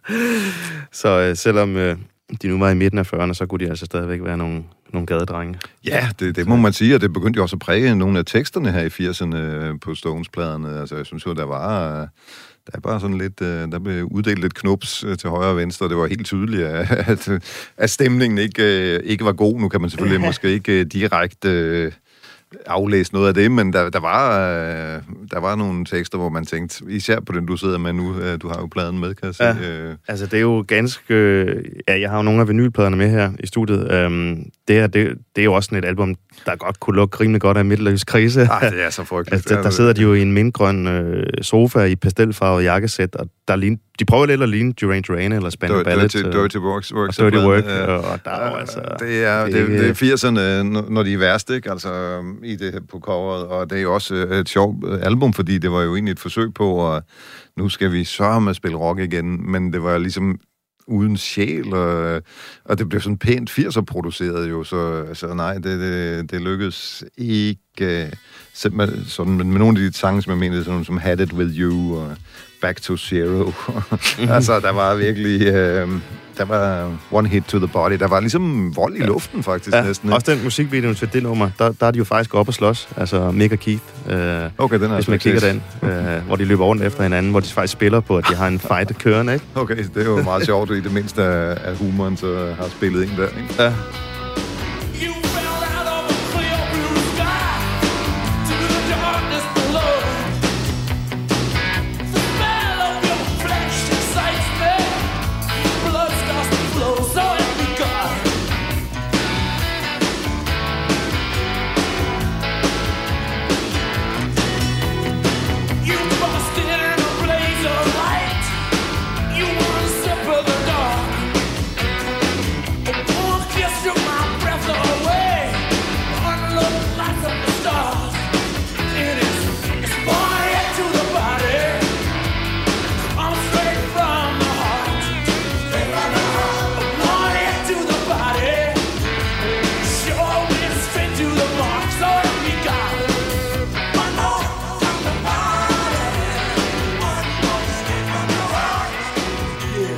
Så øh, selvom øh, de nu var i midten af fyrrerne, så kunne de altså stadigvæk være nogle nogle gadedrenge. Ja, det, det må man sige, og det begyndte jo også at præge nogle af teksterne her i firserne på Stones-pladerne. Altså, jeg synes jo, der var... Der er bare sådan lidt... Der blev uddelt lidt knups til højre og venstre. Det var helt tydeligt, at, at stemningen ikke, ikke var god. Nu kan man selvfølgelig måske ikke direkte aflæse noget af det, men der, der, var, der var nogle tekster, hvor man tænkte, især på den, du sidder med nu, du har jo pladen med, kan jeg sige. Ja, altså det er jo ganske... Ja, jeg har jo nogle af vinylpladerne med her i studiet. Øhm, det her, det, det er jo også sådan et album, der godt kunne lukke rimelig godt af midtlivskrise. Ah, det er så frygteligt. Altså, der, der sidder de jo i en mindgrøn øh, sofa i pastelfarvet jakkesæt, og der ligner, de prøver lidt at ligne Duran Duran eller Spandau Ballet. Dirty, dirty Works. works Dirty Work, ja. og der er jo altså... Det er, det, det, det er firserne, når de er værst, ikke? Altså, i det på coveret, og det er jo også et sjovt album, fordi det var jo egentlig et forsøg på, at nu skal vi sørge med at spille rock igen, men det var ligesom uden sjæl, og, og det blev sådan pænt firser produceret jo, så altså, nej, det, det, det lykkedes ikke simpelthen sådan, med nogle af de sange, som jeg mente, sådan som Had It With You, og Back to Zero. Altså, der var virkelig... Øh, der var one hit to the body. Der var ligesom vold i ja. luften, faktisk, ja, næsten. Også den musikvideo til det nummer, der, der er de jo faktisk oppe og slås. Altså, Mick og Keith. Øh, okay, den er hvis man kigger den. Øh, hvor de løber rundt efter hinanden, hvor de faktisk spiller på, at de har en fight kørende, ikke? Okay, det er jo meget sjovt, i det mindste af humoren, så har spillet ind der, ikke? Ja.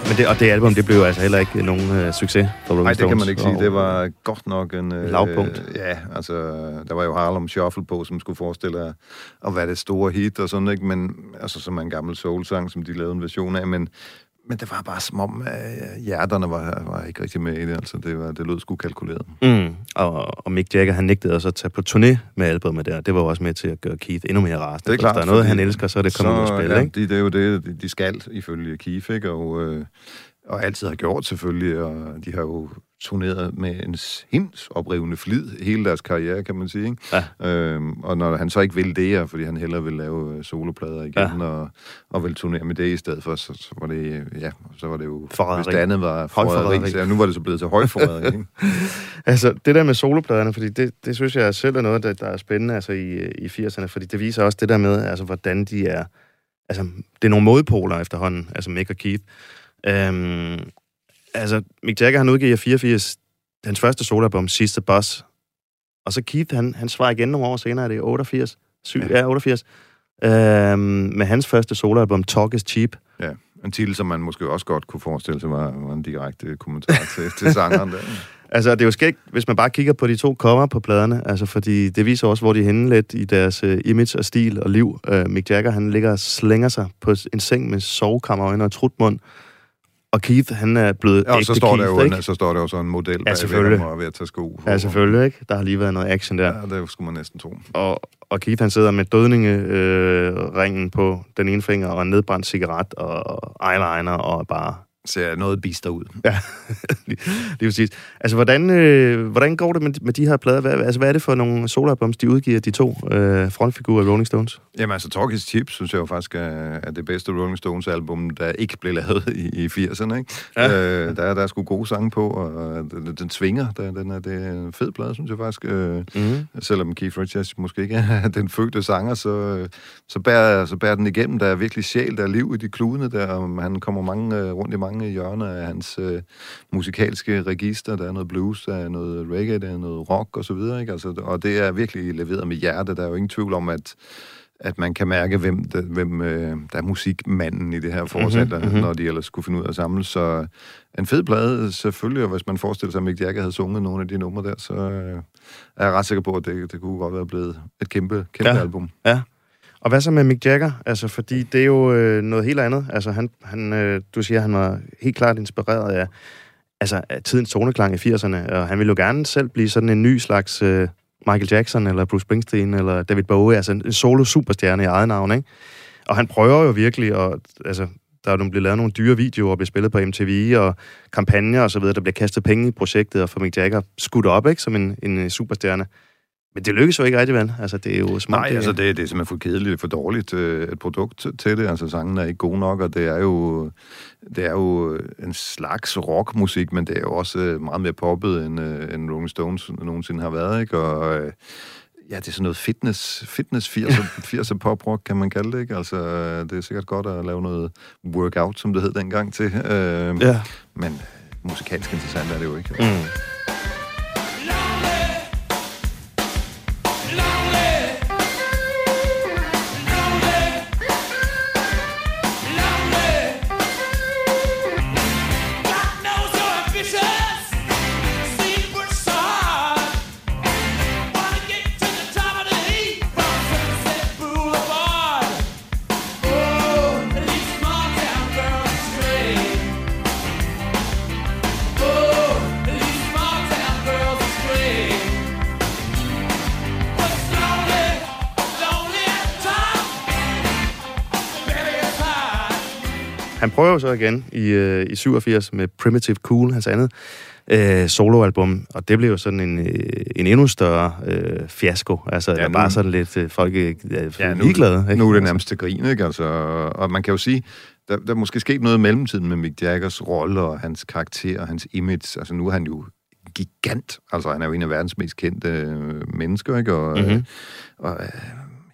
men det, og det album, det blev altså heller ikke nogen øh, succes for Rolling Stones. Nej, det kan man ikke sige. Det var godt nok en... Øh, lavpunkt. Ja, altså, der var jo Harlem Shuffle på, som skulle forestille at, at være det store hit og sådan, ikke? Men, altså, som en gammel soul-sang, som de lavede en version af, men, men det var bare som om, at hjerterne var, var ikke rigtig med i det, altså, det, var, det lød sgu kalkuleret. Mm. Og, og Mick Jagger, han nægtede også at tage på turné med albumet der. Det var jo også med til at gøre Keith endnu mere rasende. Det er klart, hvis der er noget, han elsker, så er det kommet ud at spille, ja, ikke? De, det er jo det, de skal, ifølge Keith, ikke? Og, øh, og altid har gjort selvfølgelig, og de har jo turneret med en himmelsoprivende flid hele deres karriere, kan man sige, ikke? Ja. Øhm, og når han så ikke vil det, fordi han hellere vil lave soloplader igen, ja. og, og vil turnere med det i stedet for, så, så var det, ja, så var det jo, forræderi. Hvis det andet var forræderi, så ja, nu var det så blevet til højforræderi, ikke? Altså, det der med solopladerne, fordi det, det synes jeg selv er noget, der, der er spændende, altså i, i firserne, fordi det viser også det der med, altså, hvordan de er, altså, det er nogle modpoler efterhånden, altså Mick og Keith. Øhm, altså, Mick Jagger, han udgiver fireogfirs hans første soloalbum, She's the Boss. Og så Keith, han, han svarer igen nogle år senere, det er otteogfirs, syv, ja. ja, otteogfirs, øhm, med hans første soloalbum, Talk is Cheap. Ja, en titel, som man måske også godt kunne forestille sig, var, var en direkte kommentar til, til sangeren der. Altså, det er jo skægt, hvis man bare kigger på de to cover på pladerne, altså, fordi det viser også, hvor de er henne lidt i deres uh, image og stil og liv. Uh, Mick Jagger, han ligger og slænger sig på en seng med sovekammerøjne og trutmund, og Keith, han er blevet ja, ægte så står Keith, der jo ikke? En, så står der jo så en model ja, bagved ham og ved at tage sko. Ja, selvfølgelig, ikke? Der har lige været noget action der. Ja, det skulle man næsten tro. Og, og Keith, han sidder med dødningeringen øh, på den ene finger, og en nedbrændt cigaret, og eyeliner, og bare... ser noget bister ud. Ja, lige, lige præcis. Altså, hvordan, øh, hvordan går det med, med de her plader? Hvad, altså, hvad er det for nogle soloalbums, de udgiver, de to øh, frontfigurer af Rolling Stones? Jamen, altså, Talk is Cheap, synes jeg jo faktisk er, er det bedste Rolling Stones-album, der ikke blev lavet i, i firserne, ikke? Ja. Øh, der, der er sgu gode sange på, og den, den svinger. Der, den er, det er en fed plade, synes jeg faktisk. Øh, mm-hmm. Selvom Keith Richards måske ikke er den fødte sanger, så, så, bærer, så bærer den igennem. Der er virkelig sjæl, der er liv i de kludene der, og han kommer mange, rundt i mange hjørner af hans øh, musikalske register. Der er noget blues, der er noget reggae, der er noget rock og så videre, ikke? Altså, og det er virkelig leveret med hjerte. Der er jo ingen tvivl om, at, at man kan mærke, hvem, der, hvem øh, der er musikmanden i det her forsæt, mm-hmm. når de ellers skulle finde ud af at samle. Så en fed plade, selvfølgelig, og hvis man forestiller sig, at Mick Jagger havde sunget nogle af de numre der, så øh, er jeg ret sikker på, at det, det kunne godt være blevet et kæmpe, kæmpe ja. album. Ja. Og hvad så med Mick Jagger? Altså, fordi det er jo øh, noget helt andet. Altså, han, han, øh, du siger, han var helt klart inspireret af, altså, af tidens toneklang i firserne, og han ville jo gerne selv blive sådan en ny slags øh, Michael Jackson, eller Bruce Springsteen, eller David Bowie, altså en solo-superstjerne i eget navn, ikke? Og han prøver jo virkelig, og altså, der er jo blevet lavet nogle dyre videoer, og bliver spillet på M T V, og kampagner og så videre, der bliver kastet penge i projektet, og for Mick Jagger skudt op, ikke? Som en, en superstjerne. Men det lykkes jo ikke rigtig, vel? Altså, det er jo smart. Nej, altså, det, det er simpelthen for kedeligt, for dårligt øh, et produkt til det. Altså, sangen er ikke god nok, og det er jo, det er jo en slags rockmusik, men det er jo også meget mere poppet, end, øh, end Rolling Stones nogensinde har været, ikke? Og øh, ja, det er sådan noget fitness, fitness firser pop-rock, kan man kalde det, ikke? Altså, det er sikkert godt at lave noget workout, som det hed dengang til. Øh, ja. Men musikalsk interessant er det jo ikke. Mm. Han prøver jo så igen i, øh, i syvogfirs med Primitive Cool, hans andet øh, soloalbum, og det blev jo sådan en, øh, en endnu større øh, fiasko. Altså, ja, der nu, bare sådan lidt øh, folk øh, ja, ligeglade. Nu, nu er det nærmest til grin, ikke? Altså, og man kan jo sige, der, der er måske sket noget i mellemtiden med Mick Jaggers rolle og hans karakter og hans image. Altså, nu er han jo gigant. Altså, han er jo en af verdens mest kendte øh, mennesker, ikke? Og, mm-hmm. øh, og øh,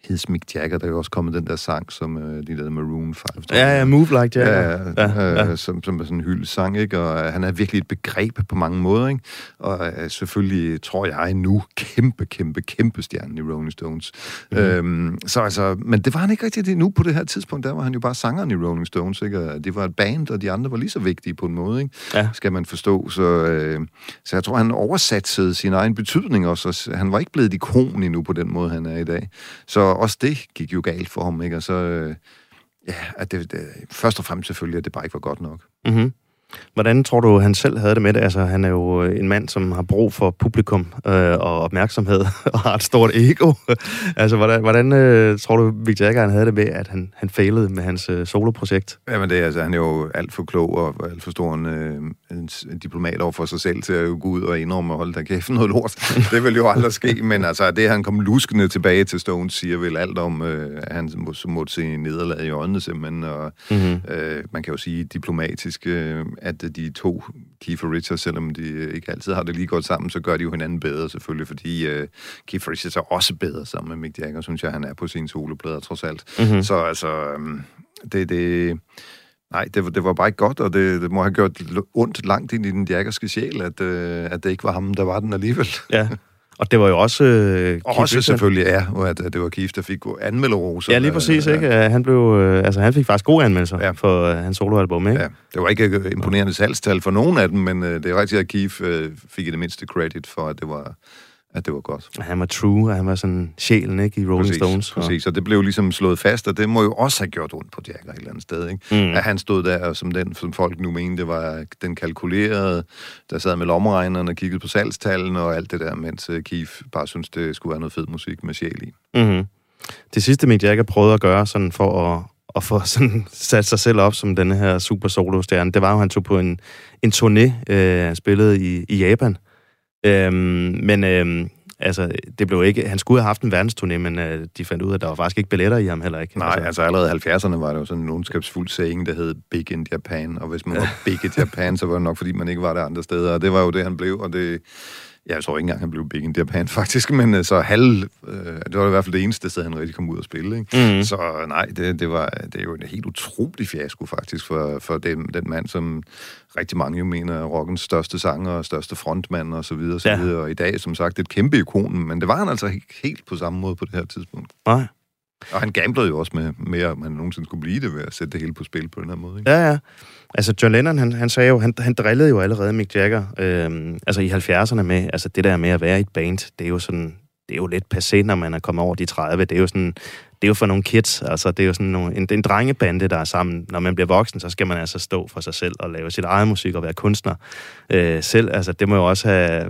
hed Mick Jagger, der er jo også kommet den der sang, som øh, de lavede Maroon fem. Ja, ja, Move Like Jagger. Ja, ja, ja, ja. Øh, som, som er sådan en hyldesang, ikke? Og øh, han er virkelig et begreb på mange måder, ikke? Og øh, selvfølgelig, tror jeg nu, kæmpe, kæmpe, kæmpe stjernen i Rolling Stones. Mm-hmm. Øhm, så altså, men det var han ikke rigtig nu på det her tidspunkt, der var han jo bare sangeren i Rolling Stones, ikke? Og det var et band, og de andre var lige så vigtige på en måde, ikke? Ja. Skal man forstå. Så, øh, så jeg tror, han oversatte sin egen betydning også. Så han var ikke blevet et ikon endnu på den måde, han er i dag. Så også det gik jo galt for ham, ikke? Og så, øh, ja, at det, det, først og fremmest selvfølgelig, at det bare ikke var godt nok. Mm-hmm. Hvordan tror du, han selv havde det med det? Altså, han er jo en mand, som har brug for publikum øh, og opmærksomhed, og har et stort ego. altså, hvordan, hvordan øh, tror du, Mick Jagger, han havde det med, at han, han failede med hans øh, soloprojekt? Jamen, det er, altså, han er jo alt for klog og alt for stor en, øh, en, en diplomat over for sig selv til at gå ud og indrømme og holde der kæft noget lort. Det vil jo aldrig ske, men altså, det, han kom luskende tilbage til Stones, siger vel alt om, øh, at han må, måtte se nederlag i øjnene simpelthen, og mm-hmm. øh, man kan jo sige diplomatisk, øh, at de to, Keith og Richards, selvom de ikke altid har det lige godt sammen, så gør de jo hinanden bedre selvfølgelig, fordi uh, Keith Richards er også bedre sammen med Mick Jagger, synes jeg, han er på sine soloplader trods alt. Mm-hmm. Så altså, um, det, det, nej, det, det var bare ikke godt, og det, det må have gjort ondt langt ind i den Jaggerske sjæl, at, uh, at det ikke var ham, der var den alligevel. Ja. Og det var jo også... Øh, og også selvfølgelig, ja, at det var Keith, der fik anmelderoser. Ja, lige præcis, ja. Ikke? Han blev, øh, altså, han fik faktisk gode anmeldelser ja. for øh, hans soloalbum, ikke? Ja, det var ikke imponerende salgstal for nogen af dem, men øh, det er rigtigt, at Keith øh, fik i det mindste credit for, at det var... at det var godt. Han var true, og han var sådan sjælen, ikke, i Rolling præcis, Stones. Præcis, og det blev ligesom slået fast, og det må jo også have gjort ondt på Jagger et eller andet sted, ikke? Mm. At han stod der, som den, som folk nu mente, var den kalkulerede, der sad med lommeregneren og kiggede på salgstallene og alt det der, mens Keith bare syntes, det skulle være noget fed musik med sjæl i. Mm-hmm. Det sidste, Mick Jagger prøvede at gøre sådan for at og få sådan sat sig selv op som denne her super solo-stjerne, det var jo, han tog på en, en turné, øh, spillede i, i Japan. Øhm, men øhm, altså, det blev ikke... Han skulle have haft en verdensturné, men øh, de fandt ud af, at der var faktisk ikke billetter i ham heller ikke. Nej, altså, altså allerede i halvfjerdserne var det jo sådan en ondskabsfuld saying, der hed Big in Japan, og hvis man var Big in Japan, så var det nok, fordi man ikke var der andre steder, og det var jo det, han blev, og det... Ja, jeg tror ikke engang, han blev Big in Japan, faktisk, men så halv... Øh, det var i hvert fald det eneste sted, han rigtig kom ud og spille, ikke? Mm. Så nej, det, det, var, det er jo en helt utrolig fiasko, faktisk, for, for den, den mand, som rigtig mange jo mener er rockens største sanger og største frontmand og så videre, og så videre. Og i dag, som sagt, et kæmpe ikon, men det var han altså ikke helt på samme måde på det her tidspunkt. Nej. Og han gamblede jo også med mere, om han nogensinde skulle blive det ved at sætte det hele på spil på den her måde, ikke? Ja, ja. Altså, John Lennon, han, han sagde jo, han, han drillede jo allerede Mick Jagger, øhm, altså i halvfjerdserne med, altså det der med at være i et band, det er jo sådan, det er jo lidt passé, når man er kommet over de tredive, det er jo sådan, det er jo for nogle kids, altså det er jo sådan nogle, en, en drengebande, der er sammen. Når man bliver voksen, så skal man altså stå for sig selv og lave sit eget musik og være kunstner øh, selv, altså det må jo også have...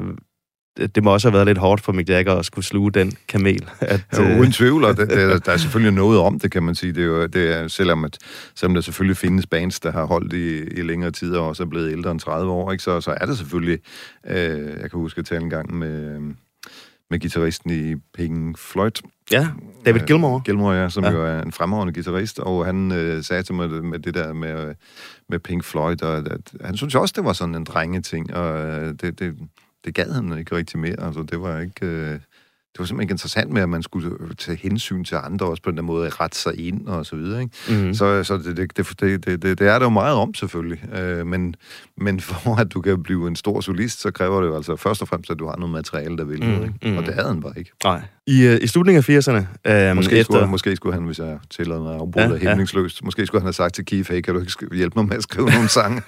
Det må også have været lidt hårdt for Mick Jagger at skulle sluge den kamel. At, ja, uden tvivl, og det, det, der er selvfølgelig noget om det, kan man sige. Det er jo, det er, selvom, at, selvom der selvfølgelig findes bands, der har holdt i, i længere tid og også er blevet ældre end tredive år, ikke? Så, så er det selvfølgelig... Øh, jeg kan huske at tale en gang med, med guitaristen i Pink Floyd. Ja, David Gilmour. Øh, Gilmour, ja, som ja. jo er en fremragende guitarist, og han øh, sagde til mig med det der med, med Pink Floyd, og at, han synes også, det var sådan en drengeting, og det... det Det gad han ikke rigtig mere. Altså, det var ikke... Øh, det var simpelthen ikke interessant med, at man skulle tage hensyn til andre også på den måde, rette sig ind og så videre, ikke? Mm-hmm. Så, så det, det, det, det, det, det er der jo meget om, selvfølgelig. Øh, men, men for at du kan blive en stor solist, så kræver det jo altså først og fremmest, at du har noget materiale, der vil noget, mm-hmm. ikke? Og det havde han bare ikke. Nej. I, uh, i slutningen af firserne... Øh, måske, efter... skulle, måske skulle han, hvis jeg tillader mig at afbryde ja, hæmningsløst, ja. måske skulle han have sagt til Keith, hey, kan du ikke hjælpe mig med at skrive nogle sange?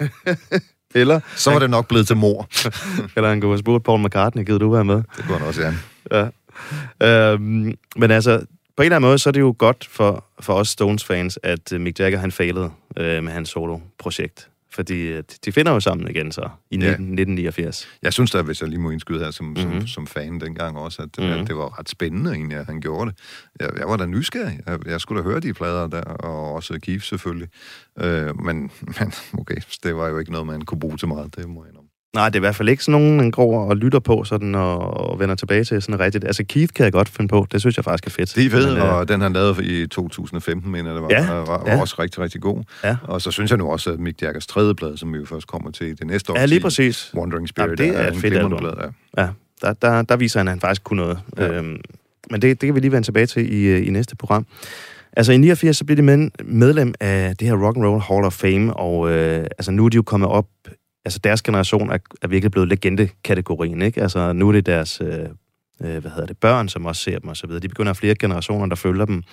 Eller så var det nok blevet til mor. Eller han kunne have spurgt Paul McCartney, gider du være med? Det kunne han også, ja. ja. Øhm, men altså, på en eller anden måde, så er det jo godt for, for os Stones-fans, at Mick Jagger, han failede øh, med hans solo-projekt. Fordi de finder jo sammen igen så, i ja. nitten niogfirs. Jeg synes da, hvis jeg lige må indskyde her som, mm-hmm. som, som fan dengang også, at, mm-hmm. at det var ret spændende egentlig, at han gjorde det. Jeg, jeg var da nysgerrig. Jeg, jeg skulle da høre de plader der, og også Keith selvfølgelig. Øh, men, men okay, det var jo ikke noget, man kunne bruge til meget, det må jeg indrømme. Nej, det er i hvert fald ikke sådan nogen, man går og lytter på sådan, og, og vender tilbage til sådan rigtigt. Altså, Keith kan jeg godt finde på. Det synes jeg faktisk er fedt. Det er fedt, og øh... den han lavede i to tusind og femten, mener jeg, det var, ja, var, var ja. også rigtig, rigtig god. Ja. Og så synes jeg nu også, at Mick Jaggers tredje plade, som vi jo først kommer til det næste år, ja, lige præcis. Wandering Spirit, ja, det er, er et fedt album. Plade, ja, ja der, der, der viser han, at han faktisk kunne noget. Ja. Øhm, Men det, det kan vi lige vende tilbage til i, i næste program. Altså i niogfirs, så blev de med, medlem af det her Rock and Roll Hall of Fame, og øh, altså nu er de jo kommet op, altså deres generation er, er virkelig blevet legendekategorien, ikke? Altså nu er det deres, øh, hvad hedder det, børn, som også ser dem og så videre. De begynder at have flere generationer, der følger dem.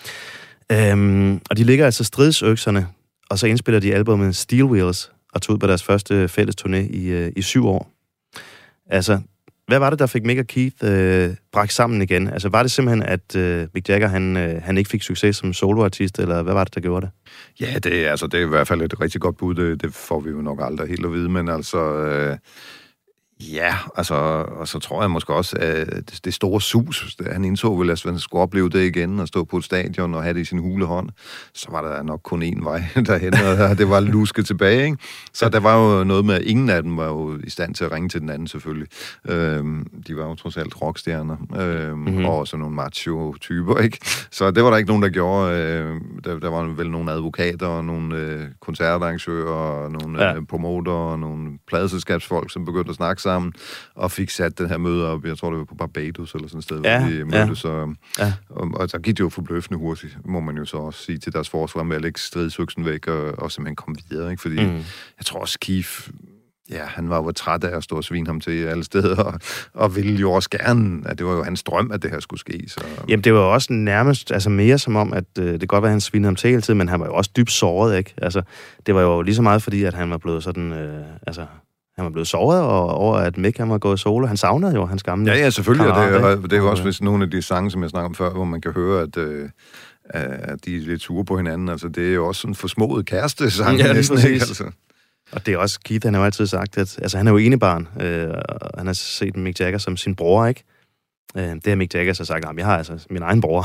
Øhm, og de ligger altså stridsøkserne, og så indspiller de albumet Steel Wheels, og tog ud på deres første fælles turné i, øh, i syv år. Altså, hvad var det, der fik Mick og Keith øh, bragt sammen igen? Altså, var det simpelthen, at øh, Mick Jagger, han, øh, han ikke fik succes som soloartist, eller hvad var det, der gjorde det? Ja, det, altså, det er i hvert fald et rigtig godt bud. Det, det får vi jo nok aldrig helt at vide, men altså... Øh Ja, altså, og så tror jeg måske også, at det, det store sus, det, han indså vel, at han skulle opleve det igen, og stå på et stadion og have det i sin hule hånd, så var der nok kun én vej derhen, og det var luske tilbage, ikke? Så der var jo noget med, at ingen af dem var jo i stand til at ringe til den anden, selvfølgelig. Øhm, de var jo trods alt rockstjerner, øhm, mm-hmm. og også nogle macho-typer, ikke? Så det var der ikke nogen, der gjorde. Øh, der, der var vel nogle advokater, og nogle øh, koncertarrangører, og nogle ja. øh, promoter, og nogle pladeselskabsfolk, som begyndte at snakke sammen, og fik sat den her møde op, jeg tror det var på Barbados eller sådan et sted, ja, hvor de mødtes, ja. og, ja. og, og der gik det jo forbløffende hurtigt, må man jo så også sige til deres forsvar, med at lægge stridsøksen væk, og, og simpelthen komme videre, ikke? Fordi mm. jeg tror også, Keith, ja, han var jo træt af at stå og svine ham til alle steder, og, og ville jo også gerne, at det var jo hans drøm, at det her skulle ske. Så. Jamen, det var jo også nærmest, altså mere som om, at øh, det kan godt være, at han svinede ham til hele tiden, men han var jo også dybt såret, ikke? Altså, det var jo lige så meget, fordi at han var blevet sådan, øh, altså... Han var blevet såret over, at Mick han var gået solo. Han savnede jo hans gamle. Ja, ja, selvfølgelig. Og det, er, det er jo også hvis nogle af de sange, som jeg snakker om før, hvor man kan høre, at, øh, at de er lidt sure på hinanden. Altså, det er jo også sådan en forsmået kæreste sang. Ja, næsten, ikke? Altså. Og det er også, Keith, han har jo altid sagt, at altså, han er jo enebarn. Øh, og han har set Mick Jagger som sin bror, ikke? Øh, det har Mick Jagger så sagt, at jeg har altså min egen bror.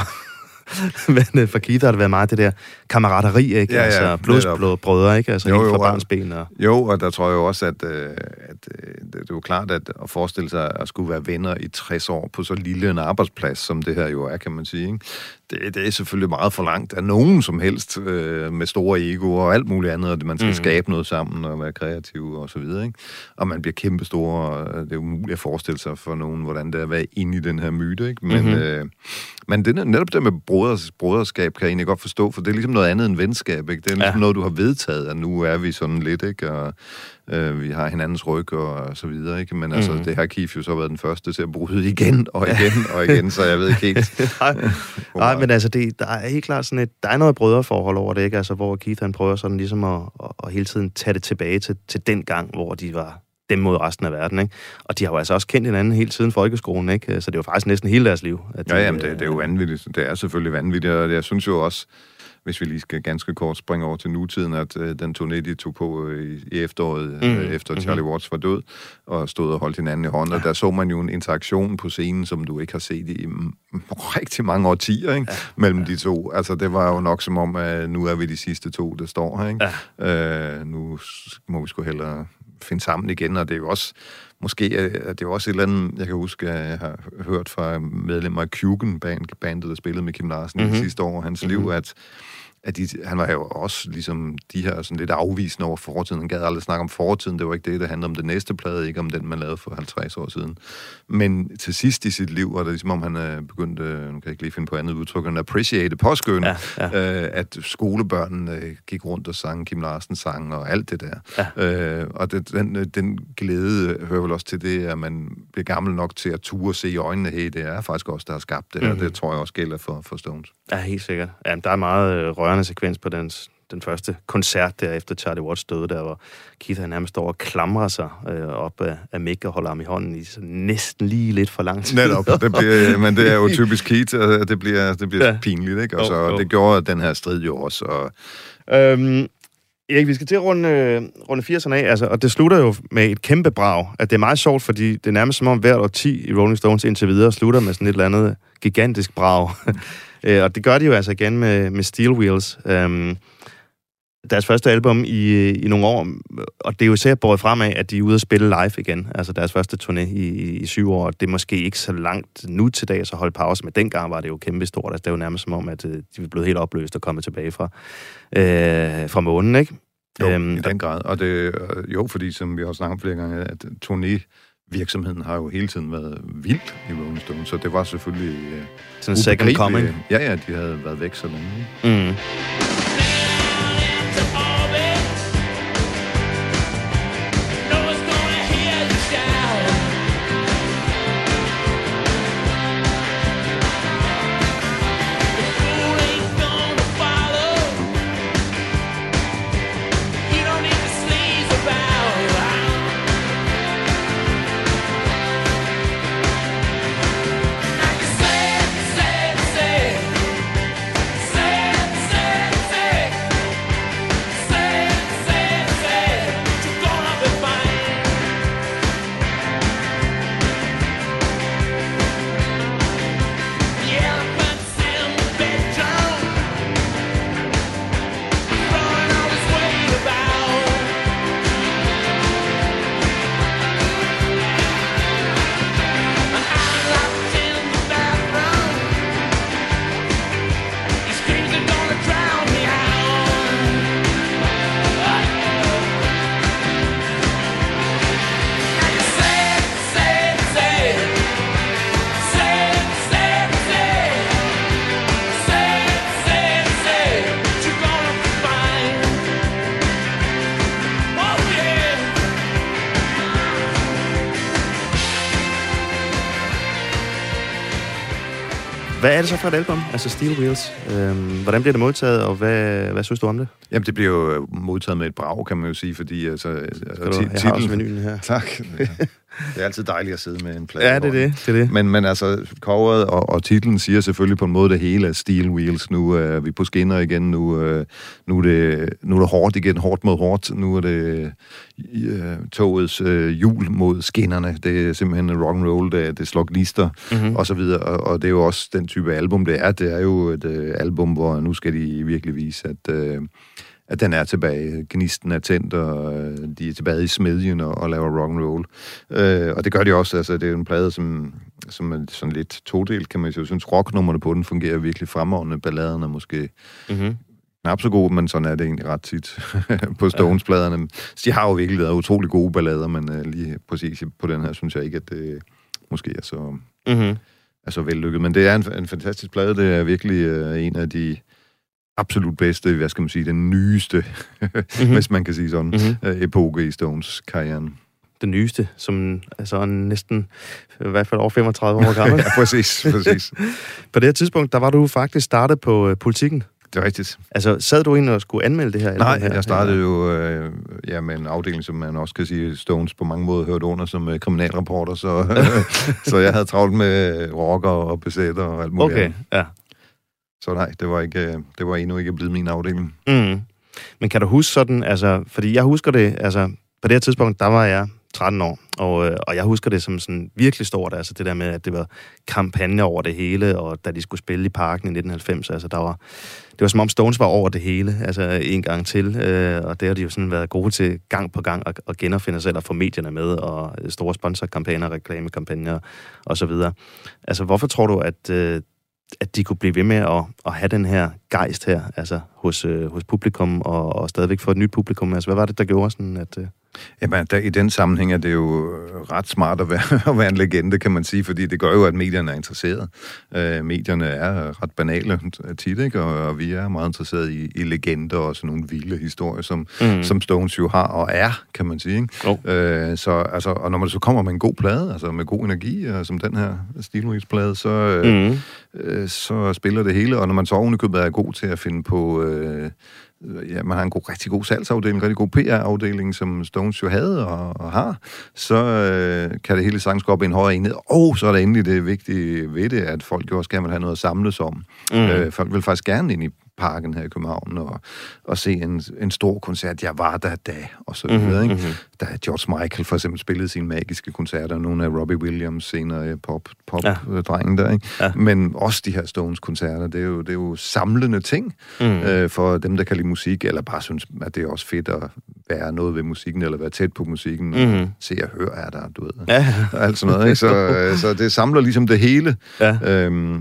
Men for Keith har det været meget det der kammerateri, ikke? Ja, ja, altså blodsbrødre, ikke? Altså jo, helt fra barns ben. Og... Jo, og der tror jeg jo også, at, at det er jo klart, at at forestille sig at skulle være venner i tres år på så lille en arbejdsplads, som det her jo er, kan man sige, ikke? Det, det er selvfølgelig meget for langt af nogen som helst øh, med store ego og alt muligt andet, at man skal mm. skabe noget sammen og være kreativ og så videre, ikke? Og man bliver kæmpestor, og det er umuligt at forestille sig for nogen, hvordan det er at være inde i den her myte, ikke? Men, mm-hmm. øh, men det, netop det med broders, broderskab kan jeg egentlig godt forstå, for det er ligesom noget andet end venskab, ikke? Det er ligesom ja. noget, du har vedtaget, at nu er vi sådan lidt, ikke? Og øh, vi har hinandens ryg og så videre, ikke? Men altså, mm. det har Keith jo så været den første til at bryde igen og igen og igen, så jeg ved ikke helt. Nej, Nej men altså, det, der er helt klart sådan et, der er noget brødreforhold over det, ikke? Altså, hvor Keith han prøver sådan ligesom at, at, at hele tiden tage det tilbage til, til den gang, hvor de var dem mod resten af verden, ikke? Og de har jo altså også kendt hinanden hele tiden folkeskolen, ikke? Så det er jo faktisk næsten hele deres liv. At de, ja, jamen, det, det er jo vanvittigt. Det er selvfølgelig vanvittigt, og jeg synes jo også, hvis vi lige skal ganske kort springe over til nutiden, at øh, den turné, de tog på øh, i efteråret, mm. øh, efter Charlie mm-hmm. Watts var død, og stod og holdt hinanden i hånden, ja. og der så man jo en interaktion på scenen, som du ikke har set i m- rigtig mange årtier, ikke? Ja. Mellem ja. de to. Altså, det var jo nok som om, at nu er vi de sidste to, der står her, ikke? Ja. Øh, nu må vi sgu hellere finde sammen igen, og det er jo også måske, det er jo også et eller andet, jeg kan huske, at jeg har hørt fra medlemmer af Kugen, band, bandet, der spillede med Kim Larsen mm-hmm. i sidste år, hans mm-hmm. liv, at at de, han var jo også ligesom de her sådan lidt afvisende over fortiden. Han gad aldrig snakke om fortiden. Det var ikke det, der handlede om det næste plade, ikke om den, man lavede for halvtreds år siden. Men til sidst i sit liv var det ligesom, om han er begyndt, nu kan jeg ikke lige finde på andet udtryk, at appreciate, påskønne, ja, ja. Øh, at skolebørnene øh, gik rundt og sang Kim Larsens sang og alt det der. Ja. Øh, og det, den, den glæde hører vel også til det, at man bliver gammel nok til at ture og se i øjnene, hey, det er faktisk også der har skabt det her. Mm-hmm. Det tror jeg også gælder for, for Stones. Ja, helt sikkert. Ja, der er meget rørende sekvens på den, den første koncert der efter Charlie Watts døde, der hvor Keith han nærmest står og klamrer sig øh, op af, af Mick og holder ham i hånden i så næsten lige lidt for lang tid. Netop, det bliver, men det er jo typisk Keith, og det bliver, det bliver ja. pinligt, ikke? Og så oh, oh. det gjorde den her strid jo også. Og... Øhm, Erik, vi skal til at runde, runde firserne af, altså, og det slutter jo med et kæmpe brag. At det er meget sjovt, fordi det er nærmest som om hvert årti i Rolling Stones indtil videre slutter med sådan et eller andet gigantisk brag. Og det gør de jo altså igen med, med Steel Wheels. Um, deres første album i, i nogle år, og det er jo især båret fremad, at de er ude at spille live igen. Altså deres første turné i, i, i syv år. Det er måske ikke så langt nu til dags at holde pause, men dengang var det jo kæmpe stort. Altså, det er jo nærmest som om, at de er blevet helt opløst og kommet tilbage fra, øh, fra månen, ikke? Jo, um, i den grad. Og det, jo, fordi som vi har snakket om flere gange, at turné virksomheden har jo hele tiden været vild i Rolling Stones, så det var selvfølgelig uh, sådan en second coming. Ja, ja, de havde været væk så længe. Mm. Hvad er det så for et album, altså Steel Wheels? Øhm, hvordan bliver det modtaget, og hvad, hvad synes du om det? Jamen, det bliver jo modtaget med et brag, kan man jo sige, fordi altså... Skal du, jeg har også menuen her. Tak. Det er altid dejligt at sidde med en plade. Ja, det er det. det, er det. Men, men altså, coveret og, og titlen siger selvfølgelig på en måde det hele af Steel Wheels. Nu er vi på skinner igen, nu, øh, nu, er, det, nu er det hårdt igen, hårdt mod hårdt. Nu er det øh, togets øh, hjul mod skinnerne. Det er simpelthen rock and roll, det, det slår gnister, mm-hmm. og så videre. Og, og det er jo også den type album, det er. Det er jo et øh, album, hvor nu skal de virkelig vise, at... Øh, at den er tilbage, gnisten er tændt, og de er tilbage i smedjen og, og laver rock and roll. Øh, og det gør de også, altså det er jo en plade, som, som er sådan lidt todelt, kan man sige. Jeg synes, rocknummerne på den fungerer virkelig fremragende. Balladen er måske mm-hmm. knap så gode, men sådan er det egentlig ret tit på Stones-pladerne. Ja. De har jo virkelig været utrolig gode ballader, men uh, lige præcis på den her, synes jeg ikke, at det måske er så, mm-hmm. er så vellykket. Men det er en, en fantastisk plade. Det er virkelig uh, en af de absolut bedste, hvad skal man sige, den nyeste, mm-hmm. hvis man kan sige sådan, mm-hmm. epoke i Stones karrieren. Den nyeste, som altså næsten, i hvert fald over femogtredive år gammel. Ja, præcis, præcis. På det her tidspunkt, der var du faktisk startet på uh, Politikken. Det er rigtigt. Altså, sad du ind og skulle anmelde det her? Nej, her? jeg startede jo øh, ja, med en afdeling, som man også kan sige, Stones på mange måder hørte under som øh, kriminalreporter, så, så jeg havde travlt med rocker og besætter og alt muligt. Okay, ja. Så nej, det var, ikke, det var endnu ikke blevet min afdeling. Mm. Men kan du huske sådan, altså, fordi jeg husker det, altså, på det her tidspunkt, der var jeg tretten år, og, og jeg husker det som sådan virkelig stort, altså det der med, at det var kampagne over det hele, og da de skulle spille i Parken i nitten halvfems, altså der var, det var som om Stones var over det hele, altså en gang til, øh, og det har de jo sådan været gode til gang på gang at, at genopfinde sig selv og få medierne med, og store sponsorkampagner, reklamekampagner og så videre. Altså hvorfor tror du, at øh, at de kunne blive ved med at, at have den her gejst her, altså hos, øh, hos publikum, og, og stadigvæk få et nyt publikum? Altså, hvad var det, der gjorde sådan, at... Øh... Jamen, der, i den sammenhæng er det jo ret smart at være, at være en legende, kan man sige, fordi det gør jo, at medierne er interesseret. Øh, medierne er ret banale tit, ikke? Og, og vi er meget interesseret i, i legender og sådan nogle vilde historier, som, mm. som Stones jo har og er, kan man sige, ikke? Oh. Øh, så, altså, og når man så kommer med en god plade, altså med god energi, og som den her Steel Wheels-plade, så, øh, mm. øh, så spiller det hele, og når man så ovenikøbet er god til at finde på... Øh, ja, man har en god, rigtig god salgsafdeling, en rigtig god P R-afdeling, som Stones jo havde og, og har, så øh, kan det hele sagtens gå op i en højere enhed. Og så er der endelig det vigtige ved det, at folk jo også gerne vil have noget at samles om. Mm. Øh, folk vil faktisk gerne ind i Parken her i København og, og se en, en stor koncert. Jeg var der da, og så videre, mm-hmm. ikke? Da George Michael for eksempel spillede sine magiske koncerter, nogle af Robbie Williams senere pop-pop-drengen ja. der, ikke? Ja. Men også de her Stones-koncerter, det er jo, det er jo samlende ting mm. øh, for dem, der kan lide musik, eller bare synes, at det er også fedt at være noget ved musikken, eller være tæt på musikken, mm-hmm. og se og høre er der, du ved. Ja. Og alt sådan noget, ikke? Så, så det samler ligesom det hele. Ja. Øhm,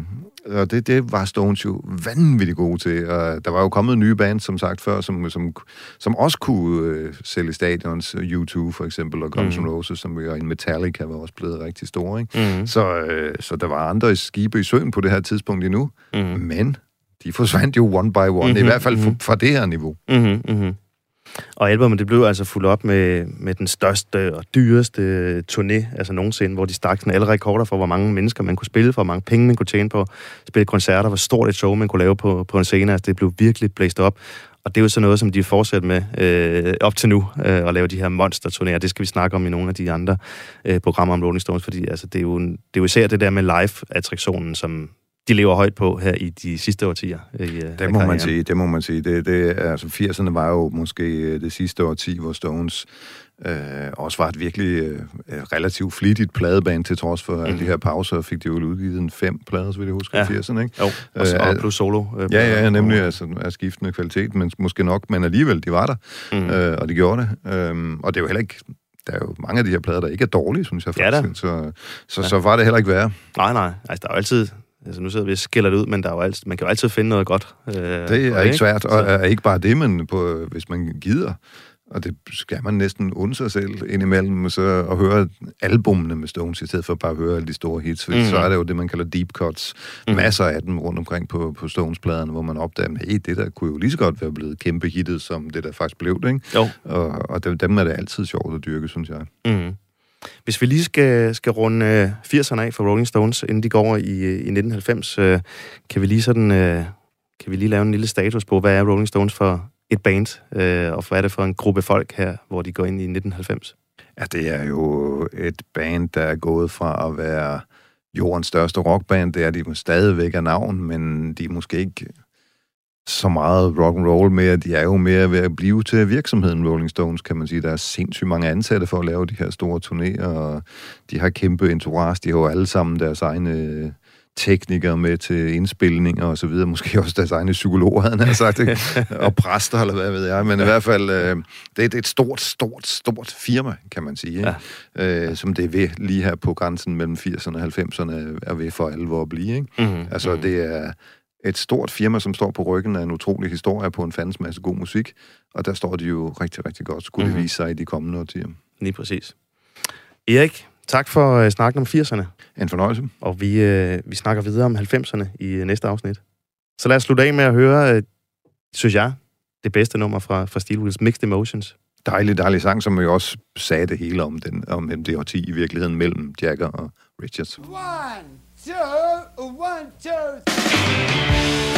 Og det, det var Stones jo vanvittigt gode til. Og der var jo kommet nye bands, som sagt før, som, som, som også kunne øh, sælge stadions. U to for eksempel, og Guns N' mm. Roses, som vi var en Metallica, var også blevet rigtig store. Ikke? Mm. Så, øh, så der var andre skibe i søen på det her tidspunkt endnu. Mm. Men de forsvandt jo one by one, mm-hmm, i hvert fald mm-hmm. fra det her niveau. Mm-hmm, mm-hmm. Og albumet, det blev altså fuldt op med, med den største og dyreste turné, altså nogensinde, hvor de stak sådan alle rekorder for, hvor mange mennesker man kunne spille for, hvor mange penge man kunne tjene på, spille koncerter, hvor stort et show man kunne lave på, på en scene. Altså det blev virkelig blæst op. Og det er jo sådan noget, som de fortsætter med øh, op til nu, øh, at lave de her monster-turnéer. Det skal vi snakke om i nogle af de andre øh, programmer om Rolling Stones, fordi altså, det, er jo en, det er jo især det der med live-attraktionen, som de lever højt på her i de sidste årtier. I, det må man sige, det må man sige. Det, det, altså firserne var jo måske det sidste årti, hvor Stones øh, også var et virkelig øh, relativt flittigt pladeband, til trods for mm. alle de her pauser, fik de jo udgivet en fem plader, så vil jeg huske, ja. i firserne, ikke? Jo, og så øh, plus solo. Øh, ja, ja, nemlig altså, af skiftende kvalitet, men måske nok, men alligevel, de var der, mm. øh, og de gjorde det. Øh, og det er jo heller ikke der er jo mange af de her plader, der ikke er dårlige, synes jeg faktisk. Ja, så, så, ja. så var det heller ikke værre. Nej, nej. Altså, der er jo altid... Altså, nu sidder vi og skiller det ud, men der er jo altid, man kan jo altid finde noget godt. Øh, det er ikke svært, og er ikke bare det, men på, hvis man gider, og det skal man næsten undre sig selv indimellem, så at høre albumene med Stones, i stedet for bare at høre alle de store hits, mm. så er det jo det, man kalder deep cuts. Mm. Masser af dem rundt omkring på, på Stones-pladerne, hvor man opdager, at hey, det der kunne jo lige så godt være blevet kæmpe hittet, som det der faktisk blev det, ikke? Jo. Og, og dem er det altid sjovt at dyrke, synes jeg. Mm. Hvis vi lige skal, skal runde firserne af for Rolling Stones, inden de går i, i nitten halvfems, øh, kan vi lige sådan, øh, kan vi lige lave en lille status på, hvad er Rolling Stones for et band, øh, og hvad er det for en gruppe folk her, hvor de går ind i nitten halvfems? Ja, det er jo et band, der er gået fra at være jordens største rockband. Det er de stadigvæk af navn, men de er måske ikke så meget rock and roll mere. De er jo mere ved at blive til virksomheden Rolling Stones, kan man sige. Der er sindssygt mange ansatte for at lave de her store turnéer, og de har kæmpe entourage. De har jo alle sammen deres egne teknikere med til indspilninger og så videre. Måske også deres egne psykologer, havde han sagt, ikke? Og præster, eller hvad ved jeg. Men i hvert fald, øh, det er et stort, stort, stort firma, kan man sige. Ikke? Ja. Øh, som det er ved lige her på grænsen mellem firserne og halvfemserne er ved for alvor at blive. Ikke? Mm-hmm. Altså, mm-hmm. det er et stort firma, som står på ryggen af en utrolig historie på en fandens masse god musik, og der står de jo rigtig, rigtig godt, skulle mm-hmm. det vise sig i de kommende årtier. Lige præcis. Erik, tak for uh, snakken om firserne. En fornøjelse. Og vi, uh, vi snakker videre om halvfemserne i uh, næste afsnit. Så lad os slutte af med at høre, uh, synes jeg, det bedste nummer fra, fra Steel Wheels, Mixed Emotions. Dejlig, dejlig sang, som jo også sagde det hele om, den, om det årti i virkeligheden mellem Jagger og Richards. One, two, one, two, three.